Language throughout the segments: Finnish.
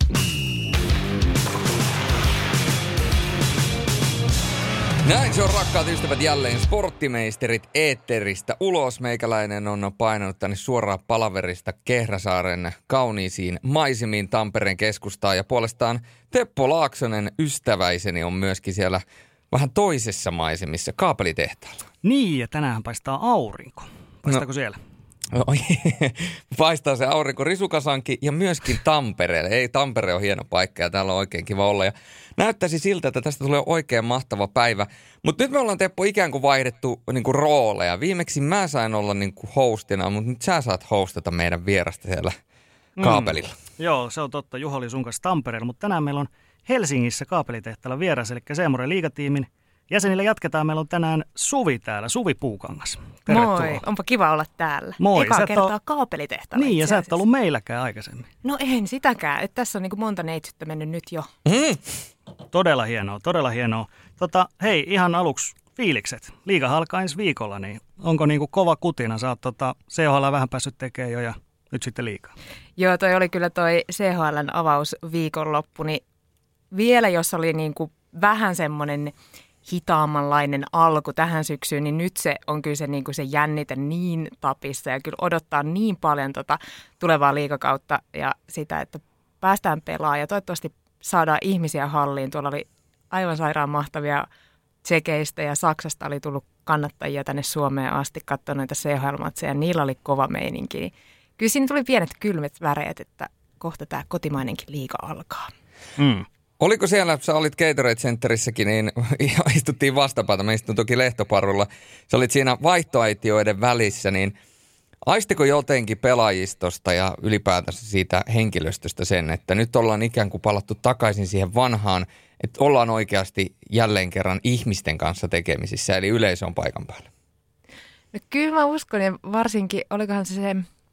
Näin se on, rakkaat ystävät, jälleen sporttimeisterit eetteristä ulos. Meikäläinen on painanut tänne suoraan palaverista Kehräsaaren kauniisiin maisemiin Tampereen keskustaan. Ja puolestaan Teppo Laaksonen, ystäväiseni, on myöskin siellä vähän toisessa maisemissa, kaapelitehtaalla. Niin, ja tänään paistaa aurinko. Paistaako siellä? Paistaa se aurinko Risukasankin ja myöskin Tampereelle. Ei, Tampere on hieno paikka ja täällä on oikein kiva olla. Ja näyttäisi siltä, että tästä tulee oikein mahtava päivä. Mutta nyt me ollaan, Teppo, ikään kuin vaihdettu niinku rooleja. Viimeksi mä sain olla niinku hostina, mutta nyt sä saat hostata meidän vierasta siellä kaapelilla. Joo, se on totta. Juha oli sun kanssa Tampereella, mutta tänään meillä on Helsingissä kaapelitehtaalla vieras, eli Seemoren liigatiimin jäsenillä jatketaan. Meillä on tänään Suvi täällä, Suvi Puukangas. Tervetuloa. Moi, onpa kiva olla täällä. Moi. Ekaa kertaa kaapelitehtaalla. Niin, ja sä et ollut meilläkään aikaisemmin. No en sitäkään, että tässä on niin kuin monta neitsyttä mennyt nyt jo. Todella hienoa, todella hienoa. Hei, ihan aluksi fiilikset. Liiga alkaa ensi viikolla, niin onko niinku kova kutina? Sä oot CHL vähän päässyt tekemään jo ja nyt sitten liigaa. Joo, toi oli kyllä toi CHL:n avausviikonloppu, niin vielä jos oli niinku vähän semmoinen hitaammanlainen alku tähän syksyyn, niin nyt se on kyllä se, niinku se jännite niin tapissa ja kyllä odottaa niin paljon tulevaa liigakautta ja sitä, että päästään pelaamaan ja toivottavasti saadaan ihmisiä halliin. Tuolla oli aivan sairaan mahtavia Tsekeistä ja Saksasta oli tullut kannattajia tänne Suomeen asti katsoa noita CHL-matseja. Niillä oli kova meininki. Kyllä siinä tuli pienet kylmät väreet, että kohta tämä kotimainenkin liiga alkaa. Oliko siellä, sä olit Gatorade Centerissäkin, niin istuttiin vastapäätä, mä istun toki Lehtoparrulla. Sä olit siinä vaihtoaitioiden välissä, niin aistiko jotenkin pelaajistosta ja ylipäätänsä siitä henkilöstöstä sen, että nyt ollaan ikään kuin palattu takaisin siihen vanhaan, että ollaan oikeasti jälleen kerran ihmisten kanssa tekemisissä, eli yleisö on paikan päällä? No kyllä mä uskon, ja varsinkin olikohan se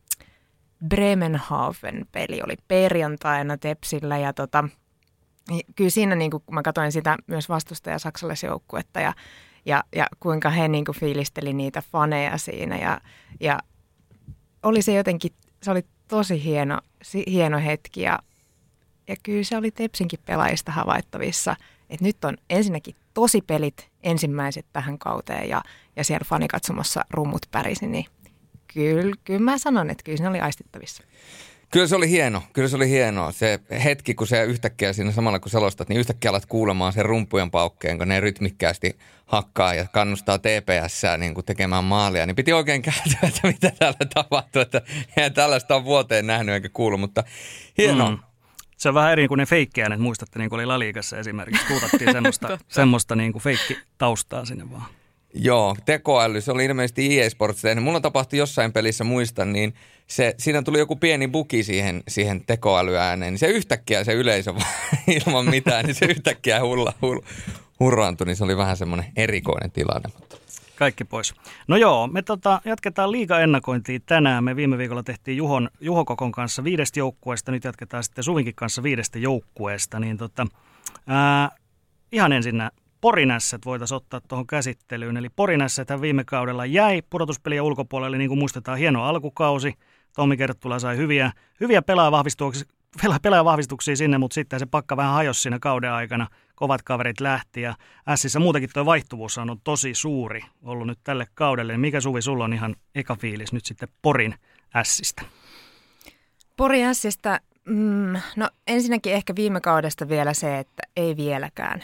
Bremenhaven-peli oli perjantaina Tepsillä, ja kyllä siinä niin kun mä katsoin sitä myös vastustaja saksalaisjoukkuetta ja kuinka he niin kuin fiilisteli niitä faneja siinä ja oli se jotenkin, se oli tosi hieno hetki ja kyllä se oli Tepsinkin pelaajista havaittavissa, että nyt on ensinnäkin tosi pelit ensimmäiset tähän kauteen ja siellä fanikatsomossa rummut pärisi, niin kyllä mä sanon, että kyllä se oli aistittavissa. Kyllä se oli hieno. Se hetki, kun se yhtäkkiä siinä samalla kun selostat, niin yhtäkkiä alat kuulemaan sen rumpujen paukkeen, kun ne rytmikkäästi hakkaa ja kannustaa TPS:ää niin kuin tekemään maalia. Niin piti oikein kääntyä, että mitä täällä tapahtuu. Että en tällaista on vuoteen nähnyt eikä kuullut, mutta hienoa. Se on vähän eri kuin ne feikkiäänet, muistatte, niin kuin oli La Ligassa esimerkiksi. Tuutattiin semmoista niin kuin feikkitaustaa sinne vaan. Joo, tekoäly, se oli ilmeisesti EA Sports tehnyt. Mulla tapahtui jossain pelissä, muistan, niin siinä tuli joku pieni bugi siihen tekoälyääneen, niin se yhtäkkiä se yleisö ilman mitään, niin se yhtäkkiä hurraantui, niin se oli vähän semmoinen erikoinen tilanne. Kaikki pois. No joo, me jatketaan liiga-ennakointia tänään. Me viime viikolla tehtiin Juho Kokon kanssa 5 joukkueesta, nyt jatketaan sitten Suvinkin kanssa 5 joukkueesta. Niin ihan ensinnä Porin Ässät voitaisiin ottaa tuohon käsittelyyn. Eli Porin Ässäthän viime kaudella jäi pudotuspelien ulkopuolelle, niin kuin muistetaan, hieno alkukausi. Tommi Kerttula sai hyviä pelaajavahvistuksia sinne, mutta sitten se pakka vähän hajosi siinä kauden aikana. Kovat kaverit lähti ja Ässissä muutenkin tuo vaihtuvuus on tosi suuri ollut nyt tälle kaudelle. Mikä, Suvi, sulla on ihan eka fiilis nyt sitten Porin Ässistä? Porin Ässistä, no ensinnäkin ehkä viime kaudesta vielä se, että ei vieläkään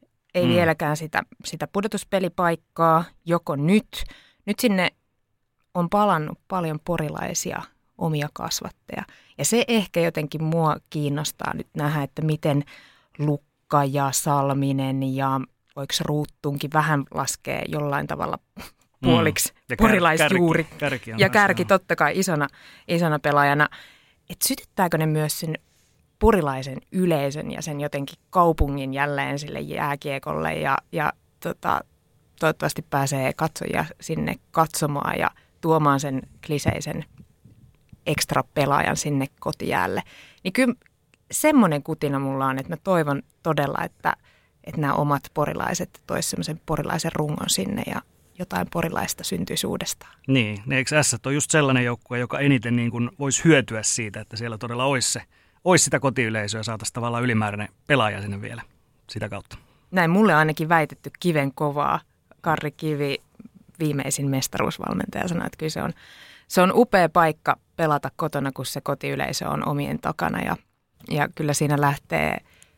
sitä pudotuspelipaikkaa, joko nyt. Nyt sinne on palannut paljon porilaisia omia kasvatteja. Ja se ehkä jotenkin mua kiinnostaa nyt nähdä, että miten Lukka ja Salminen ja voiko Ruuttunkin vähän laskee jollain tavalla puoliksi porilaisjuuri. Ja Kärki totta kai isona pelaajana. Että sytyttääkö ne myös sen porilaisen yleisön ja sen jotenkin kaupungin jälleen sille jääkiekolle ja toivottavasti pääsee katsojia sinne katsomaan ja tuomaan sen kliseisen ekstra pelaajan sinne kotijäälle. Niin kyllä semmoinen kutina mulla on, että mä toivon todella, että nämä omat porilaiset toisivat semmoisen porilaisen rungon sinne ja jotain porilaista syntyisi uudestaan. Niin, eikö Ässät on just sellainen joukkue, joka eniten niin kuin voisi hyötyä siitä, että siellä todella olisi olisi sitä kotiyleisöä ja saataisiin tavallaan ylimääräinen pelaaja sinne vielä sitä kautta. Näin mulle ainakin väitetty kiven kovaa. Karri Kivi, viimeisin mestaruusvalmentaja, sanoi, että kyllä se on upea paikka pelata kotona, kun se kotiyleisö on omien takana. Ja kyllä siinä lähtee,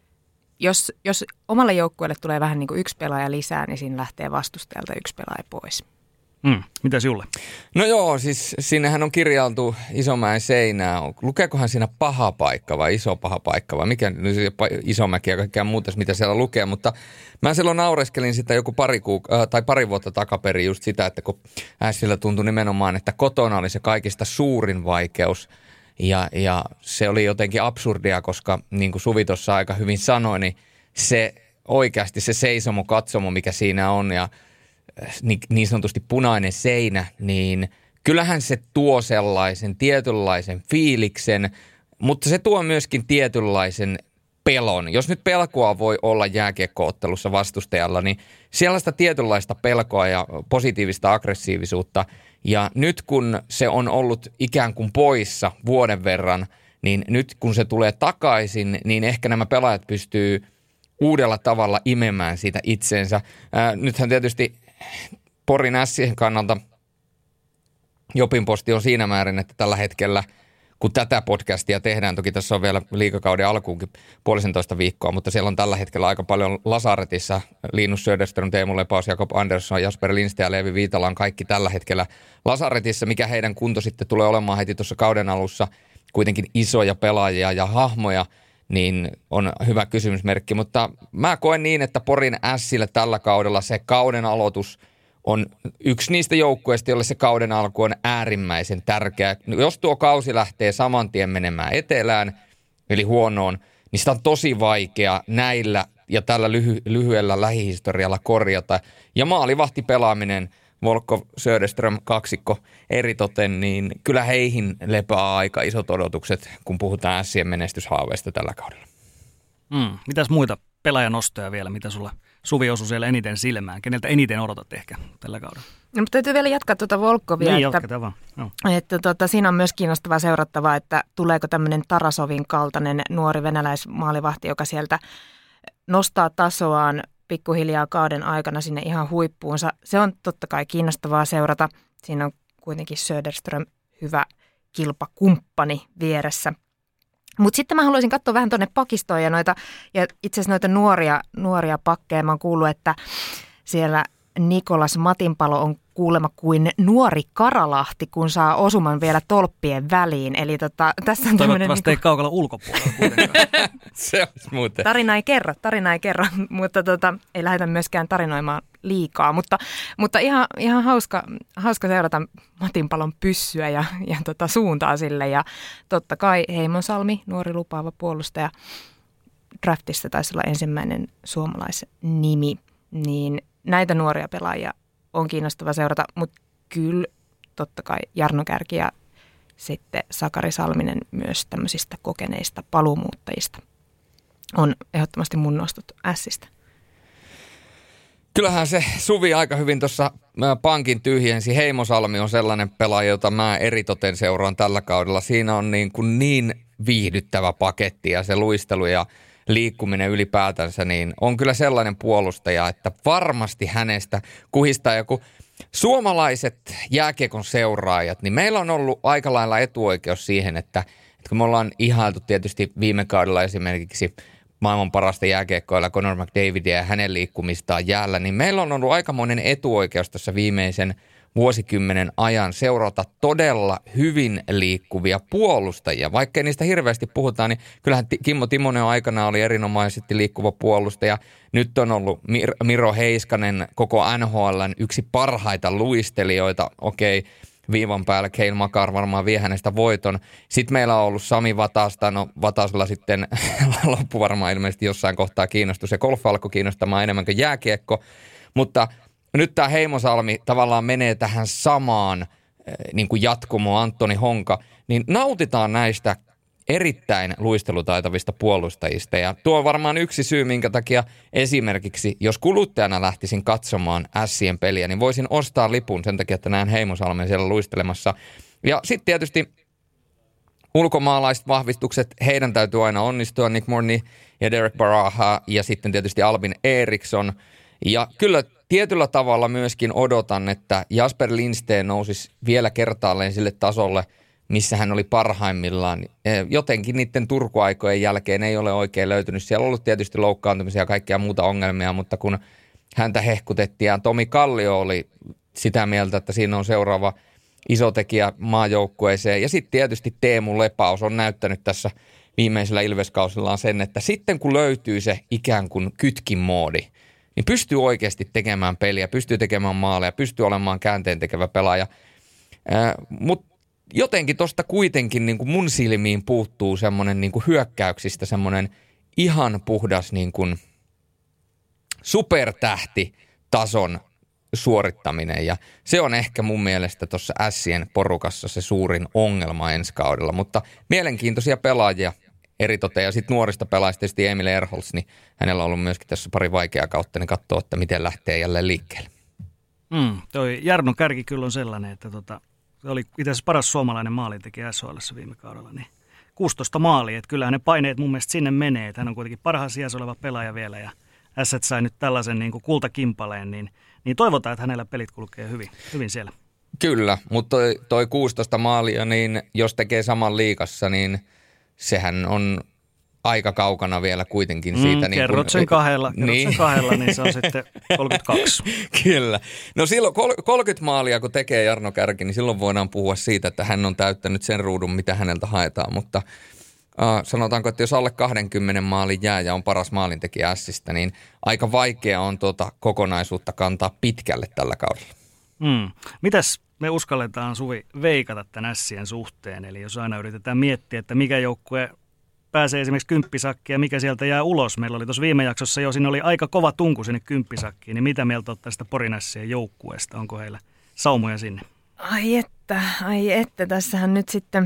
jos omalle joukkueelle tulee vähän niin kuin yksi pelaaja lisää, niin siinä lähtee vastustajalta yksi pelaaja pois. Mitäs Julle? No joo, siis sinnehän on kirjailtu Isomäen seinää. Lukeekohan siinä paha paikka vai iso paha paikka vai mikä Isomäki ja kaikkea muuta, mitä siellä lukee. Mutta mä silloin naureskelin sitä joku pari vuotta takaperin just sitä, että kun Ässillä tuntui nimenomaan, että kotona oli se kaikista suurin vaikeus. Ja se oli jotenkin absurdia, koska niin kuin Suvi tuossa aika hyvin sanoi, niin se oikeasti se seisomo katsomo, mikä siinä on ja niin sanotusti punainen seinä, niin kyllähän se tuo sellaisen tietynlaisen fiiliksen, mutta se tuo myöskin tietynlaisen pelon. Jos nyt pelkoa voi olla jääkiekko-ottelussa vastustajalla, niin sellaista tietynlaista pelkoa ja positiivista aggressiivisuutta. Ja nyt kun se on ollut ikään kuin poissa vuoden verran, niin nyt kun se tulee takaisin, niin ehkä nämä pelaajat pystyy uudella tavalla imemään siitä itseensä. Nythän tietysti Porin Ässien kannalta Jopin posti on siinä määrin, että tällä hetkellä, kun tätä podcastia tehdään, toki tässä on vielä liigakauden alkuunkin 1,5 viikkoa, mutta siellä on tällä hetkellä aika paljon Lasaretissa Linus Söderström, Teemu Lepaus, Jakob Andersson, Jasper Lindstedt ja Leevi Viitala on kaikki tällä hetkellä Lasaretissa, mikä heidän kunto sitten tulee olemaan heti tuossa kauden alussa, kuitenkin isoja pelaajia ja hahmoja, niin on hyvä kysymysmerkki, mutta mä koen niin, että Porin Ässillä tällä kaudella se kauden aloitus on yksi niistä joukkueista, jolle se kauden alku on äärimmäisen tärkeä. Jos tuo kausi lähtee saman tien menemään etelään, eli huonoon, niin sitä on tosi vaikea näillä ja tällä lyhyellä lähihistorialla korjata. Ja maalivahtipelaaminen, Volkov, Söderström, kaksikko eritoten, niin kyllä heihin lepää aika isot odotukset, kun puhutaan Ässien menestyshaaveista tällä kaudella. Mitäs muita pelaajanostoja vielä, mitä sulla Suvi osui siellä eniten silmään? Keneltä eniten odotat ehkä tällä kaudella? No, mutta täytyy vielä jatkaa tuota Volkovia. Niin, jatketaan vaan. No. Että siinä on myös kiinnostavaa seurattavaa, että tuleeko tämmöinen Tarasovin kaltainen nuori venäläismaalivahti, joka sieltä nostaa tasoaan pikkuhiljaa kauden aikana sinne ihan huippuunsa. Se on totta kai kiinnostavaa seurata. Siinä on kuitenkin Söderström hyvä kilpakumppani vieressä. Mutta sitten mä haluaisin katsoa vähän tuonne pakistoon ja itse asiassa noita nuoria pakkeja. Mä oon kuullut, että siellä Nikolas Matinpalo on kuulemma kuin nuori Karalahti, kun saa osuman vielä tolppien väliin. Eli tässä on toivottavasti ei kaukalla ulkopuolella kuitenkaan. Se olisi muuten. Tarina ei kerro, mutta ei lähdetä myöskään tarinoimaan liikaa. Mutta ihan hauska seurata Matinpalon pyssyä ja suuntaa sille. Ja totta kai Heimonsalmi, nuori lupaava puolustaja, draftista taisi olla ensimmäinen suomalaisnimi, niin näitä nuoria pelaajia on kiinnostava seurata, mutta kyllä totta kai Jarno Kärki ja sitten Sakari Salminen myös tämmöisistä kokeneista paluumuuttajista on ehdottomasti mun nostot Ässistä. Kyllähän se Suvi aika hyvin tuossa pankin tyhjensi. Heimosalmi on sellainen pelaaja, jota mä eritoten seuraan tällä kaudella. Siinä on niin viihdyttävä paketti ja se luistelu ja liikkuminen ylipäätänsä, niin on kyllä sellainen puolustaja, että varmasti hänestä kuhistaa. Ja kun suomalaiset jääkiekon seuraajat, niin meillä on ollut aika lailla etuoikeus siihen, että kun me ollaan ihailtu tietysti viime kaudella esimerkiksi maailman parasta jääkiekkoilla Conor McDavidia ja hänen liikkumistaan jäällä, niin meillä on ollut aikamoinen etuoikeus tässä viimeisen vuosikymmenen ajan seurata todella hyvin liikkuvia puolustajia. Vaikkei niistä hirveästi puhutaan, niin kyllähän Kimmo Timonen aikana oli erinomaisesti liikkuva puolustaja. Nyt on ollut Miro Heiskanen koko NHL:n yksi parhaita luistelijoita. Okei, viivan päällä Cale Makar varmaan vie hänestä voiton. Sitten meillä on ollut Sami Vatasta. No Vatasella sitten loppu varmaan ilmeisesti jossain kohtaa kiinnostus. Ja golf alkoi kiinnostamaan enemmän kuin jääkiekko. Mutta nyt tämä Heimosalmi tavallaan menee tähän samaan niin kuin jatkumoon, Antoni Honka, niin nautitaan näistä erittäin luistelutaitavista puolustajista. Ja tuo on varmaan yksi syy, minkä takia esimerkiksi, jos kuluttajana lähtisin katsomaan Ässien peliä, niin voisin ostaa lipun sen takia, että näen Heimosalmen siellä luistelemassa. Ja sitten tietysti ulkomaalaiset vahvistukset, heidän täytyy aina onnistua, Nick Morney ja Derek Baraha ja sitten tietysti Albin Eriksson. Ja kyllä tietyllä tavalla myöskin odotan, että Jasper Lindsten nousisi vielä kertaalleen sille tasolle, missä hän oli parhaimmillaan. Jotenkin niiden Turku-aikojen jälkeen ei ole oikein löytynyt. Siellä on ollut tietysti loukkaantumisia ja kaikkia muuta ongelmia, mutta kun häntä hehkutettiin ja Tomi Kallio oli sitä mieltä, että siinä on seuraava iso tekijä maajoukkueeseen. Ja sitten tietysti Teemu Lepaus on näyttänyt tässä viimeisellä Ilveskausillaan sen, että sitten kun löytyy se ikään kuin kytkin moodi, niin pystyy oikeasti tekemään peliä, pystyy tekemään maaleja, pystyy olemaan käänteen tekevä pelaaja. Mutta jotenkin tuosta kuitenkin niin kuin mun silmiin puuttuu semmoinen niin kuin hyökkäyksistä semmoinen ihan puhdas niin kuin supertähtitason suorittaminen. Ja se on ehkä mun mielestä tuossa Ässien porukassa se suurin ongelma ensi kaudella. Mutta mielenkiintoisia pelaajia eritoten ja sitten nuorista pelaajista tietysti Emil Erholz, niin hänellä on ollut myöskin tässä pari vaikeaa kautta, niin katsoo, että miten lähtee jälleen liikkeelle. Toi Jarno Kärki kyllä on sellainen, että se oli itse asiassa paras suomalainen maalintekijä SHL:ssä viime kaudella, niin 16 maalia, että kyllähän ne paineet mun mielestä sinne menee, että hän on kuitenkin parhaan sijassa oleva pelaaja vielä ja Ässät sai nyt tällaisen niin kuin kultakimpaleen, niin toivotaan, että hänellä pelit kulkee hyvin siellä. Kyllä, mutta toi 16 maalia, niin jos tekee saman liigassa, niin sehän on aika kaukana vielä kuitenkin siitä. Kerrot sen kahdella, niin se on sitten 32. Kyllä. No silloin 30 maalia, kun tekee Jarno Kärki, niin silloin voidaan puhua siitä, että hän on täyttänyt sen ruudun, mitä häneltä haetaan. Mutta sanotaanko, että jos alle 20 maalin jää ja on paras maalintekijä Ässistä, niin aika vaikea on tuota kokonaisuutta kantaa pitkälle tällä kaudella. Mitäs me uskalletaan, Suvi, veikata tämän Ässien suhteen? Eli jos aina yritetään miettiä, että mikä joukkue pääsee esimerkiksi kymppisakkiin ja mikä sieltä jää ulos. Meillä oli tuossa viime jaksossa jo, siinä oli aika kova tunku sinne kymppisakkiin. Niin mitä mieltä ottaa sitä Porin Ässien joukkueesta? Onko heillä saumoja sinne? Ai että, tässähän nyt sitten,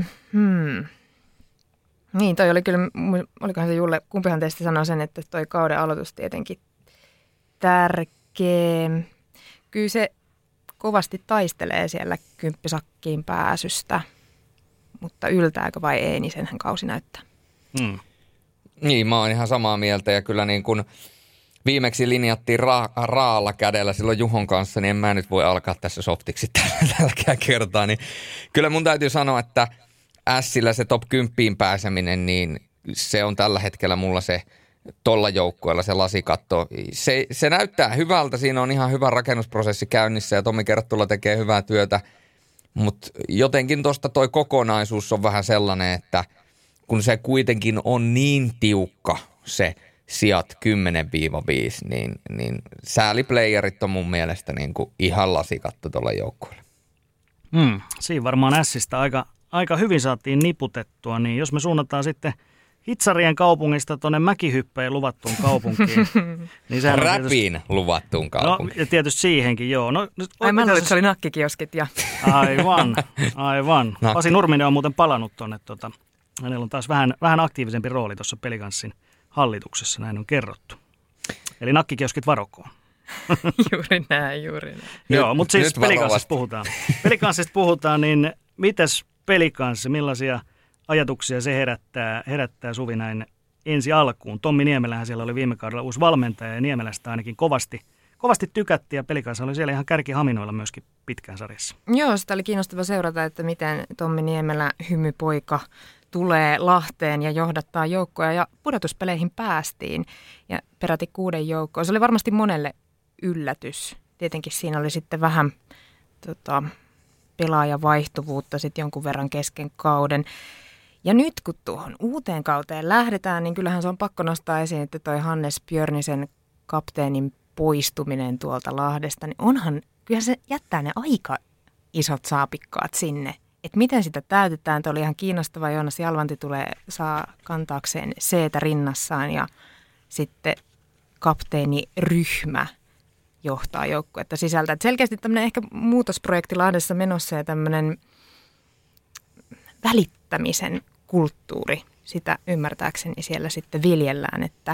Niin, toi oli kyllä, olikohan se Julle, kumpihan teistä sanoi sen, että toi kauden aloitus tietenkin tärkeä. Kyllä se kovasti taistelee siellä kymppisakkiin pääsystä, mutta yltääkö vai ei, niin senhän kausi näyttää. Niin, mä oon ihan samaa mieltä ja kyllä niin kun viimeksi linjattiin raalla kädellä silloin Juhon kanssa, niin en mä nyt voi alkaa tässä softiksi tälläkään kertaa. Niin kyllä mun täytyy sanoa, että Ässillä se top 10 pääseminen, niin se on tällä hetkellä mulla se tolla joukkueella se lasikatto. Se näyttää hyvältä, siinä on ihan hyvä rakennusprosessi käynnissä ja Tomi Kerttula tekee hyvää työtä, mutta jotenkin tuosta toi kokonaisuus on vähän sellainen, että kun se kuitenkin on niin tiukka se sijat 10-5, niin sääliplayerit on mun mielestä niin kuin ihan lasikatto tuolla joukkueella. Siinä varmaan Ässistä aika hyvin saatiin niputettua, niin jos me suunnataan sitten Hitsarien kaupungista tuonne Mäkihyppeen luvattuun kaupunkiin. Niin Räpiin luvattuun kaupunkiin. No ja tietysti siihenkin, joo. No, mä luulen, että se oli nakkikioskit ja... Aivan. Pasi Nurminen on muuten palannut tuonne. Hänellä on taas vähän aktiivisempi rooli tuossa Pelikanssin hallituksessa, näin on kerrottu. Eli nakkikioskit varokoon. Juuri näin. Joo, mutta siis Pelikanssista puhutaan, niin mitäs Pelikanssi, millaisia ajatuksia se herättää Suvi näin ensi alkuun? Tommi Niemelähän siellä oli viime kaudella uusi valmentaja ja Niemelästä ainakin kovasti tykättiin ja Pelikanssa oli siellä ihan kärkihaminoilla myöskin pitkään sarjassa. Joo, sitä oli kiinnostava seurata, että miten Tommi Niemelä, hymypoika, tulee Lahteen ja johdattaa joukkoja ja pudotuspeleihin päästiin ja peräti 6 joukkoa. Se oli varmasti monelle yllätys. Tietenkin siinä oli sitten vähän pelaajavaihtuvuutta sitten jonkun verran kesken kauden. Ja nyt kun tuohon uuteen kauteen lähdetään, niin kyllähän se on pakko nostaa esiin, että toi Hannes Björnisen kapteenin poistuminen tuolta Lahdesta, niin kyllä se jättää ne aika isot saapikkaat sinne. Että miten sitä täytetään, toi oli ihan kiinnostava. Joonas Jalvanti saa kantaakseen C-tä rinnassaan ja sitten kapteeniryhmä johtaa joukkuetta sisältä. Et selkeästi tämmöinen ehkä muutosprojekti Lahdessa menossa ja tämmöinen välittämisen kulttuuri, sitä ymmärtääkseni siellä sitten viljellään, että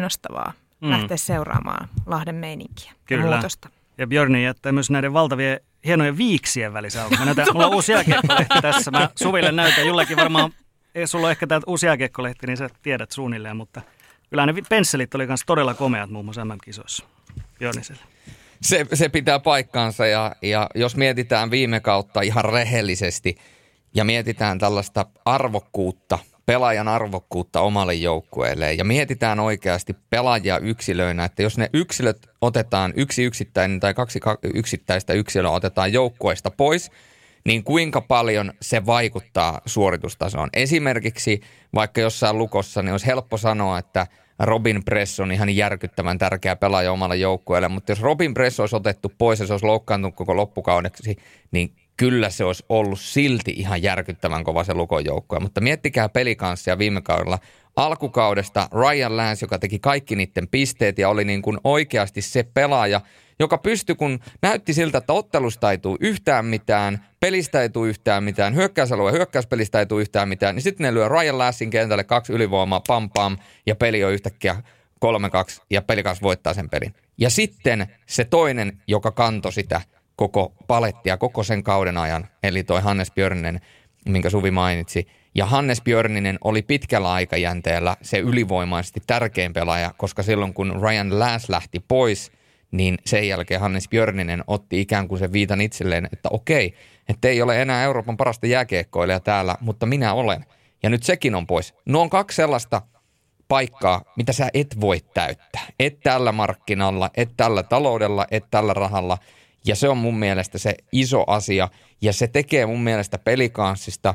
kiinnostavaa lähteä seuraamaan Lahden meininkiä ja muutosta. Ja Björni jättää myös näiden valtavien hienojen viiksien välissä. Mulla on uusi jääkiekkolehti tässä. Mä Suville näytän. Jullekin varmaan, sulla on ehkä tämä uusi jääkiekkolehti, niin sä tiedät suunnilleen. Mutta kyllä ne pensselit oli myös todella komeat muun muassa MM-kisoissa Jorniselle. Se pitää paikkaansa ja jos mietitään viime kautta ihan rehellisesti ja mietitään tällaista arvokkuutta, pelaajan arvokkuutta omalle joukkueelle ja mietitään oikeasti pelaajia yksilöinä, että jos ne yksilöt otetaan yksi yksittäinen tai kaksi yksittäistä yksilöä otetaan joukkueesta pois, niin kuinka paljon se vaikuttaa suoritustasoon. Esimerkiksi vaikka jossain Lukossa, niin olisi helppo sanoa, että Robin Press on ihan järkyttävän tärkeä pelaaja omalle joukkueelle, mutta jos Robin Press olisi otettu pois ja se olisi loukkaantunut koko loppukaudeksi, niin kyllä se olisi ollut silti ihan järkyttävän kova se Lukon joukkue. Mutta miettikää Pelikanssia viime kaudella alkukaudesta Ryan Lance, joka teki kaikki niiden pisteet ja oli niin kuin oikeasti se pelaaja, joka pystyi, kun näytti siltä, että ottelusta ei tule yhtään mitään, pelistä ei tule yhtään mitään, hyökkäysalue hyökkäyspelistä ei tule yhtään mitään, niin sitten ne lyö Ryan Lancein kentälle 2 ylivoimaa, pam, ja peli on yhtäkkiä 3-2 ja Pelikans voittaa sen pelin. Ja sitten se toinen, joka kantoi sitä koko palettia koko sen kauden ajan, eli toi Hannes Björninen, minkä Suvi mainitsi. Ja Hannes Björninen oli pitkällä aikajänteellä se ylivoimaisesti tärkein pelaaja, koska silloin kun Ryan Lance lähti pois, niin sen jälkeen Hannes Björninen otti ikään kuin sen viitan itselleen, että okei, että ei ole enää Euroopan parasta jääkiekkoilijaa täällä, mutta minä olen. Ja nyt sekin on pois. No on 2 sellaista paikkaa, mitä sä et voi täyttää. Et tällä markkinalla, et tällä taloudella, et tällä rahalla. Ja se on mun mielestä se iso asia. Ja se tekee mun mielestä Pelicansista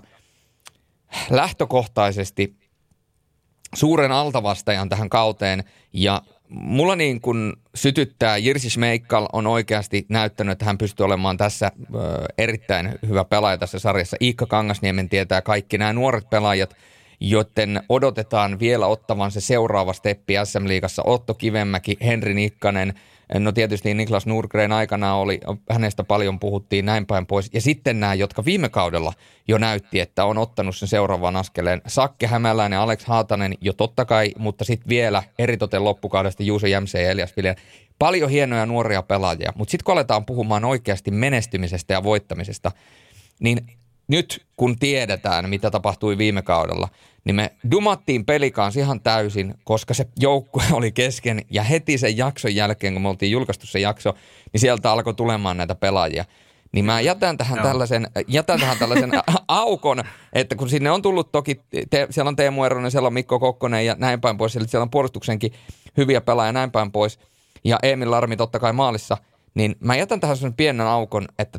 lähtökohtaisesti suuren altavastajan tähän kauteen. Ja mulla niin kun sytyttää, Jirsi Schmeichel on oikeasti näyttänyt, että hän pystyy olemaan tässä erittäin hyvä pelaaja tässä sarjassa. Iikka Kangasniemen tietää kaikki nämä nuoret pelaajat, joten odotetaan vielä ottavan se seuraava steppi SM-liigassa. Otto Kivenmäki, Henri Nikkanen, no tietysti Niklas Nordgren aikana oli, hänestä paljon puhuttiin näin päin pois. Ja sitten nämä, jotka viime kaudella jo näytti, että on ottanut sen seuraavan askeleen. Sakke Hämäläinen, Alex Haatanen jo totta kai, mutta sitten vielä eritoten loppukaudesta Juuso Jämse ja Elias Viljan. Paljon hienoja nuoria pelaajia, mutta sitten kun aletaan puhumaan oikeasti menestymisestä ja voittamisesta, niin nyt kun tiedetään, mitä tapahtui viime kaudella, niin me dumattiin Pelikans ihan täysin, koska se joukkue oli kesken ja heti sen jakson jälkeen, kun me oltiin julkaistu se jakso, niin sieltä alkoi tulemaan näitä pelaajia. Niin mä jätän tähän tällaisen aukon, että kun sinne on tullut toki, siellä on Teemu Eronen, siellä on Mikko Kokkonen ja näin päin pois, siellä on puolustuksenkin hyviä pelaajia näin päin pois ja Emil Larmi totta kai maalissa, niin mä jätän tähän sellaisen pienen aukon, että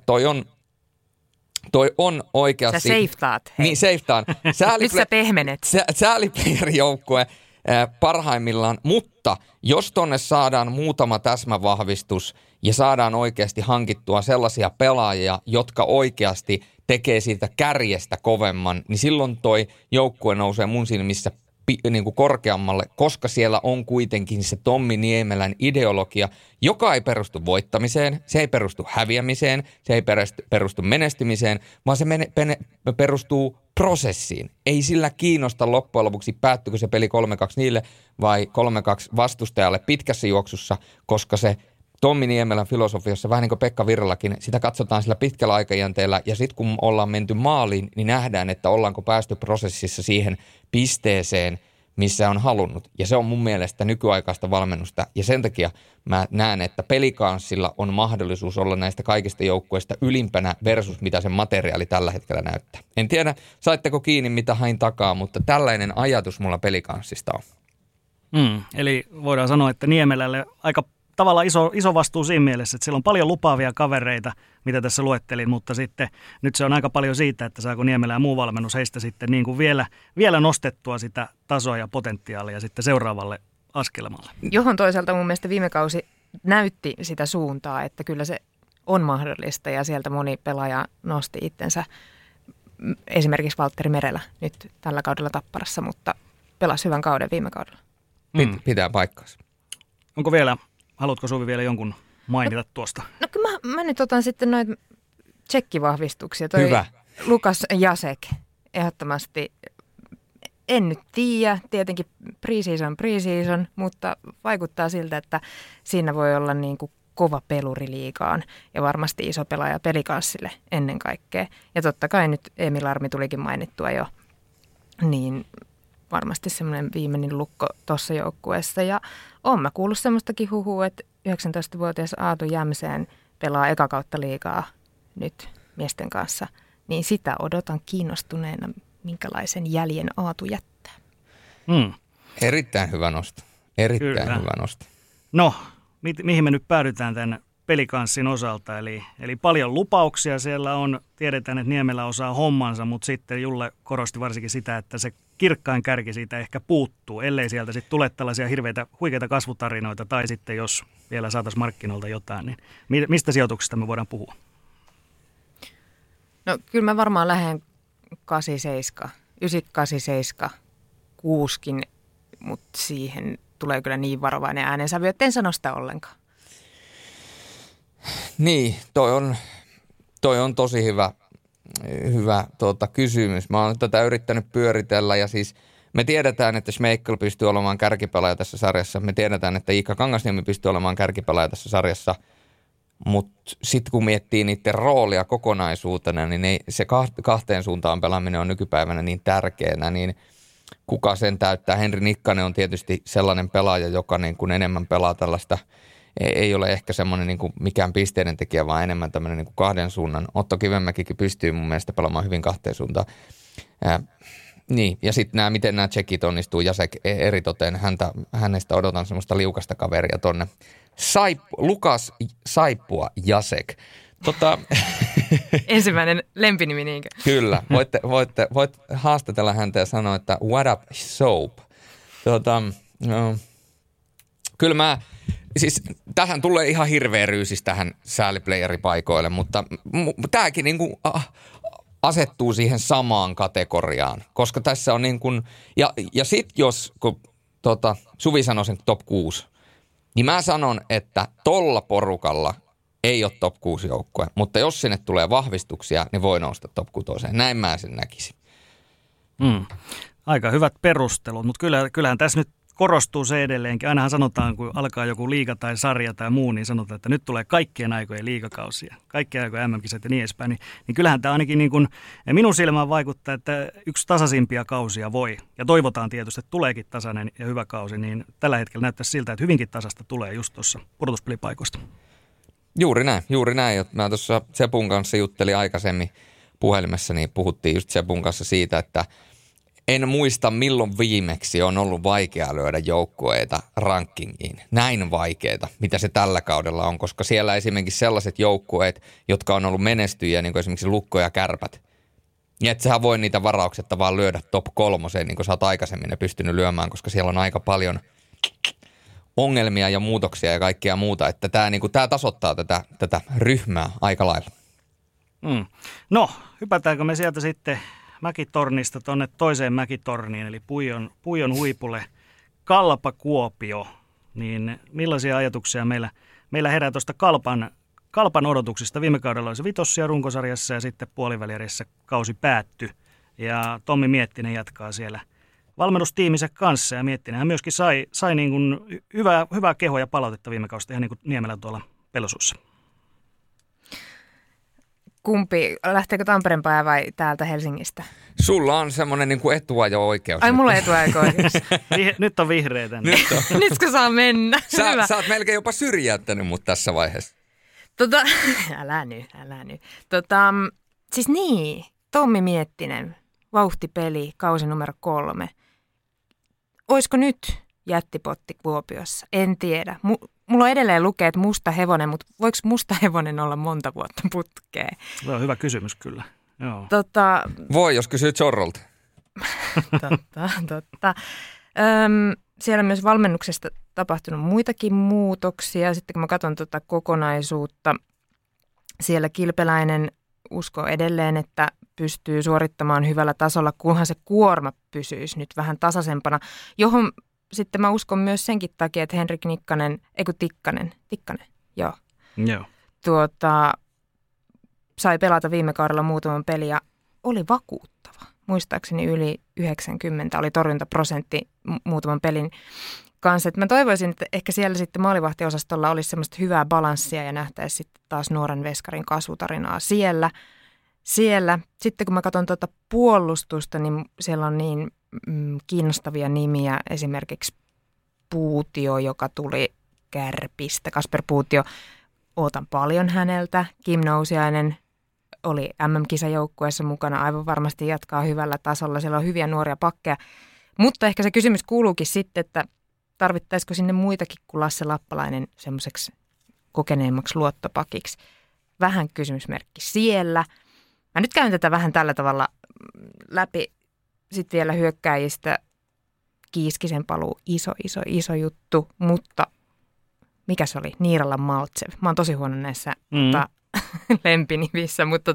toi on oikeasti... Sä seiftaat. Niin, seiftaan. Nyt sä pehmenet. Sääliplayer-joukkue parhaimmillaan, mutta jos tonne saadaan muutama täsmävahvistus ja saadaan oikeasti hankittua sellaisia pelaajia, jotka oikeasti tekee siitä kärjestä kovemman, niin silloin toi joukkue nousee mun silmissä niin kuin korkeammalle, koska siellä on kuitenkin se Tommi Niemelän ideologia, joka ei perustu voittamiseen, se ei perustu häviämiseen, se ei perustu menestymiseen, vaan se perustuu prosessiin. Ei sillä kiinnosta loppujen lopuksi, päättyykö se peli 3-2 niille vai 3-2 vastustajalle pitkässä juoksussa, koska se Tommi Niemelän filosofiassa, vähän niin kuin Pekka Virrallakin, sitä katsotaan sillä pitkällä aikajänteellä ja sitten kun ollaan menty maaliin, niin nähdään, että ollaanko päästy prosessissa siihen pisteeseen, missä on halunnut. Ja se on mun mielestä nykyaikaista valmennusta ja sen takia mä näen, että Pelicansilla on mahdollisuus olla näistä kaikista joukkueista ylimpänä versus mitä sen materiaali tällä hetkellä näyttää. En tiedä, saitteko kiinni mitä hain takaa, mutta tällainen ajatus mulla Pelicansista on. Eli voidaan sanoa, että Niemelälle aika tavallaan iso vastuu siinä mielessä, että siellä on paljon lupaavia kavereita, mitä tässä luettelin, mutta sitten nyt se on aika paljon siitä, että saako Niemelä ja muu valmennus heistä sitten niin kuin vielä nostettua sitä tasoa ja potentiaalia sitten seuraavalle askelmalle. Johon toisaalta mun mielestä viime kausi näytti sitä suuntaa, että kyllä se on mahdollista ja sieltä moni pelaaja nosti itsensä, esimerkiksi Valtteri Merelä nyt tällä kaudella Tapparassa, mutta pelasi hyvän kauden viime kaudella. Pitää paikkaansa. Onko vielä... Haluatko Suvi vielä jonkun mainita tuosta? No kyllä mä nyt otan sitten noita tsekkivahvistuksia. Hyvä. Lukas Jasek ehdottomasti. En nyt tiedä, tietenkin pre-season, mutta vaikuttaa siltä, että siinä voi olla niin kuin kova peluri liigaan ja varmasti iso pelaaja Pelicanssille ennen kaikkea. Ja totta kai nyt Emil Armi tulikin mainittua jo, niin varmasti semmoinen viimeinen lukko tuossa joukkueessa. Ja oon mä kuullut semmoistakin huhua, että 19-vuotias Aatu Jämseen pelaa eka kautta liigaa nyt miesten kanssa. Niin sitä odotan kiinnostuneena, minkälaisen jäljen Aatu jättää. Erittäin hyvä nosto. Erittäin hyvä nosto. No, mihin me nyt päädytään tämän Pelicanssin osalta? Eli paljon lupauksia siellä on. Tiedetään, että Niemelä osaa hommansa, mutta sitten Julle korosti varsinkin sitä, että se kirkkain kärki siitä ehkä puuttuu, ellei sieltä sitten tule tällaisia huikeita kasvutarinoita, tai sitten jos vielä saataisiin markkinoilta jotain, niin mistä sijoituksista me voidaan puhua? No kyllä mä varmaan lähden 87, 987, 6, mutta siihen tulee kyllä niin varovainen äänensävy, että en sano sitä ollenkaan. Niin, toi on tosi hyvä kysymys. Mä oon tätä yrittänyt pyöritellä ja siis me tiedetään, että Schmeichel pystyy olemaan kärkipelaaja tässä sarjassa. Me tiedetään, että Iikka Kangasniemi pystyy olemaan kärkipelaaja tässä sarjassa. Mutta sitten kun miettii niiden roolia kokonaisuutena, niin se kahteen suuntaan pelaaminen on nykypäivänä niin tärkeänä, niin kuka sen täyttää. Henri Nikkanen on tietysti sellainen pelaaja, joka niin kuin enemmän pelaa tällaista, ei ole ehkä semmoinen niin kuin mikään pisteiden tekijä, vaan enemmän tämmöinen niin kuin kahden suunnan. Otto Kivenmäkikin pystyy mun mielestä pelaamaan hyvin kahteen suuntaan. Niin, ja sitten miten nämä tsekit onnistuu, Jasek eritoten, hänestä odotan semmoista liukasta kaveria tonne. Lukas Saippua Jasek. Ensimmäinen lempinimi niinkö? Kyllä, voit haastatella häntä ja sanoa, että what up soap. Kyllä siis tähän tulee ihan hirveä ryysis tähän sääliplayeripaikoille, mutta tämäkin niinku asettuu siihen samaan kategoriaan, koska tässä on niin kuin, ja sit jos, kun Suvi sanoi sen top 6, niin mä sanon, että tolla porukalla ei ole top 6 joukkue, mutta jos sinne tulee vahvistuksia, niin voi nousta top 6. Näin mä sen näkisin. Aika hyvät perustelut, mutta kyllähän tässä nyt korostuu se edelleenkin. Ainahan sanotaan, kun alkaa joku liiga tai sarja tai muu, niin sanotaan, että nyt tulee kaikkien aikojen liigakausia, kaikkien aikojen MM-kisat ja niin edespäin. Niin kyllähän tämä ainakin niin kuin minun silmään vaikuttaa, että yksi tasaisimpia kausia voi, ja toivotaan tietysti, että tuleekin tasainen ja hyvä kausi, niin tällä hetkellä näyttäisi siltä, että hyvinkin tasasta tulee just tuossa pudotuspelipaikoista. Juuri näin. Mä tuossa Sepun kanssa juttelin aikaisemmin puhelimessa, niin puhuttiin just Sepun kanssa siitä, että en muista milloin viimeksi on ollut vaikeaa lyödä joukkueita rankingiin. Näin vaikeita, mitä se tällä kaudella on, koska siellä esimerkiksi sellaiset joukkueet, jotka on ollut menestyjiä, niin kuin esimerkiksi Lukko ja Kärpät, niin et sähän voi niitä varauksetta vaan lyödä top 3, niin kuin sä oot aikaisemmin ne pystynyt lyömään, koska siellä on aika paljon ongelmia ja muutoksia ja kaikkea muuta, että tämä tasoittaa tätä ryhmää aika lailla. No, hypätäänkö me sieltä sitten Mäkitornista tuonne toiseen Mäkitorniin, eli Puijon huipulle, Kalpa Kuopio, niin millaisia ajatuksia meillä herää tuosta Kalpan odotuksista? Viime kaudella oli se vitossia runkosarjassa ja sitten puolivälierissä kausi päättyi, ja Tommi Miettinen jatkaa siellä valmennustiiminsä kanssa, ja Miettinen hän myöskin sai niin kuin hyvää kehoa ja palautetta viime kaudesta, ihan niin kuin Niemelä tuolla Pelsossa. Kumpi? Lähteekö Tampereen päin vai täältä Helsingistä? Sulla on semmoinen niin kuin etuajo-oikeus. Ai, mulla on etuajo-oikeus. Nyt on vihreitä. Nytkö saa mennä? Sä oot melkein jopa syrjäyttänyt mut tässä vaiheessa. Älä nyt. Siis niin, Tommi Miettinen, vauhtipeli, kausi numero 3. Oisko nyt jättipotti Kuopiossa? En tiedä. Mulla on edelleen lukee, että musta hevonen, mutta voiko musta hevonen olla monta vuotta putkeen? Se on hyvä kysymys kyllä. Joo. Voi, jos kysyy Zorrolta. Totta. Siellä on myös valmennuksesta tapahtunut muitakin muutoksia. Sitten kun mä katson tuota kokonaisuutta, siellä Kilpeläinen uskoo edelleen, että pystyy suorittamaan hyvällä tasolla, kunhan se kuorma pysyisi nyt vähän tasaisempana, johon sitten mä uskon myös senkin takia, että Henrik Tikkanen, joo. Sai pelata viime kaudella muutaman pelin ja oli vakuuttava. Muistaakseni yli 90 oli torjuntaprosentti muutaman pelin kanssa. Että mä toivoisin, että ehkä siellä sitten maalivahtiosastolla olisi semmoista hyvää balanssia ja nähtäisiin sitten taas nuoren veskarin kasvutarinaa siellä. Sitten kun mä katson tuota puolustusta, niin siellä on niin kiinnostavia nimiä. Esimerkiksi Puutio, joka tuli Kärpistä. Kasper Puutio, ootan paljon häneltä. Kim Nousiainen oli MM-kisajoukkueessa mukana, aivan varmasti jatkaa hyvällä tasolla. Siellä on hyviä nuoria pakkeja. Mutta ehkä se kysymys kuuluukin sitten, että tarvittaisiko sinne muitakin kuin Lasse Lappalainen semmoiseksi kokeneemmaksi luottopakiksi. Vähän kysymysmerkki siellä. Mä nyt käyn tätä vähän tällä tavalla läpi. Sitten vielä hyökkääjistä Kiiskisen paluu, iso juttu, mutta mikä se oli? Niirala Maltsev. Mä oon tosi huono näissä lempinimissä, mutta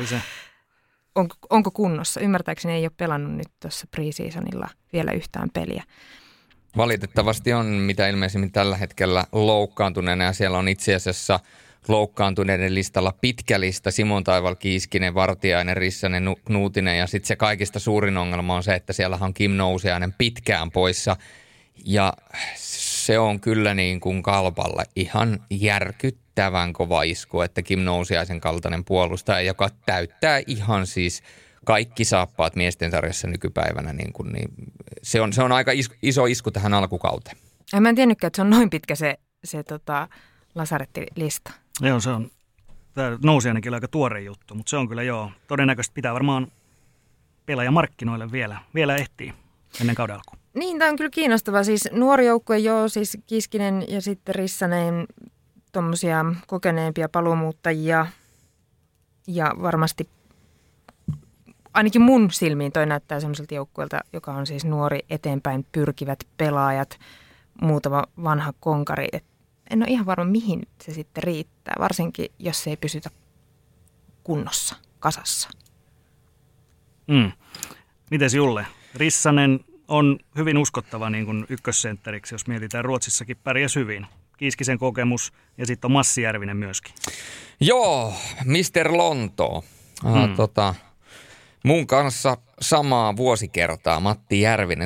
onko kunnossa? Ymmärtääkseni ei ole pelannut nyt tuossa pre-seasonilla vielä yhtään peliä. Valitettavasti on mitä ilmeisimmin tällä hetkellä loukkaantuneena ja siellä on itse asiassa loukkaantuneiden listalla pitkä lista. Simon Taival, Kiiskinen, Vartiainen, Rissanen, Nuutinen ja sitten se kaikista suurin ongelma on se, että siellä on Kim Nousiainen pitkään poissa ja se on kyllä niin kuin Kalpalle ihan järkyttävän kova isku, että Kim Nousiaisen kaltainen puolustaja, joka täyttää ihan siis kaikki saappaat miesten sarjassa nykypäivänä, niin se on aika iso isku tähän alkukauteen. Mä en tiennytkään, että se on noin pitkä se lasarettilista. Joo, se on. Tämä Nousiainenkin aika tuore juttu, mutta se on kyllä todennäköisesti pitää varmaan pelaajamarkkinoille vielä ehtii ennen kauden alkuun. Niin, tämä on kyllä kiinnostavaa. Siis nuori joukkue, siis Kiskinen ja sitten Rissanen, tuommoisia kokeneempia paluumuuttajia ja varmasti ainakin mun silmiin toi näyttää semmoiselta joukkueelta, joka on siis nuori eteenpäin pyrkivät pelaajat, muutama vanha konkari. En ole ihan varma, mihin se sitten riittää, varsinkin jos se ei pysytä kunnossa, kasassa. Mites Julle? Rissanen on hyvin uskottava niin kuin ykkössentteriksi, jos mietitään Ruotsissakin pärjäs hyvin. Kiiskisen kokemus ja sitten on Massi Järvinen myöskin. Joo, Mr. Lontoo. Mun kanssa samaa vuosikertaa, Matti Järvinen.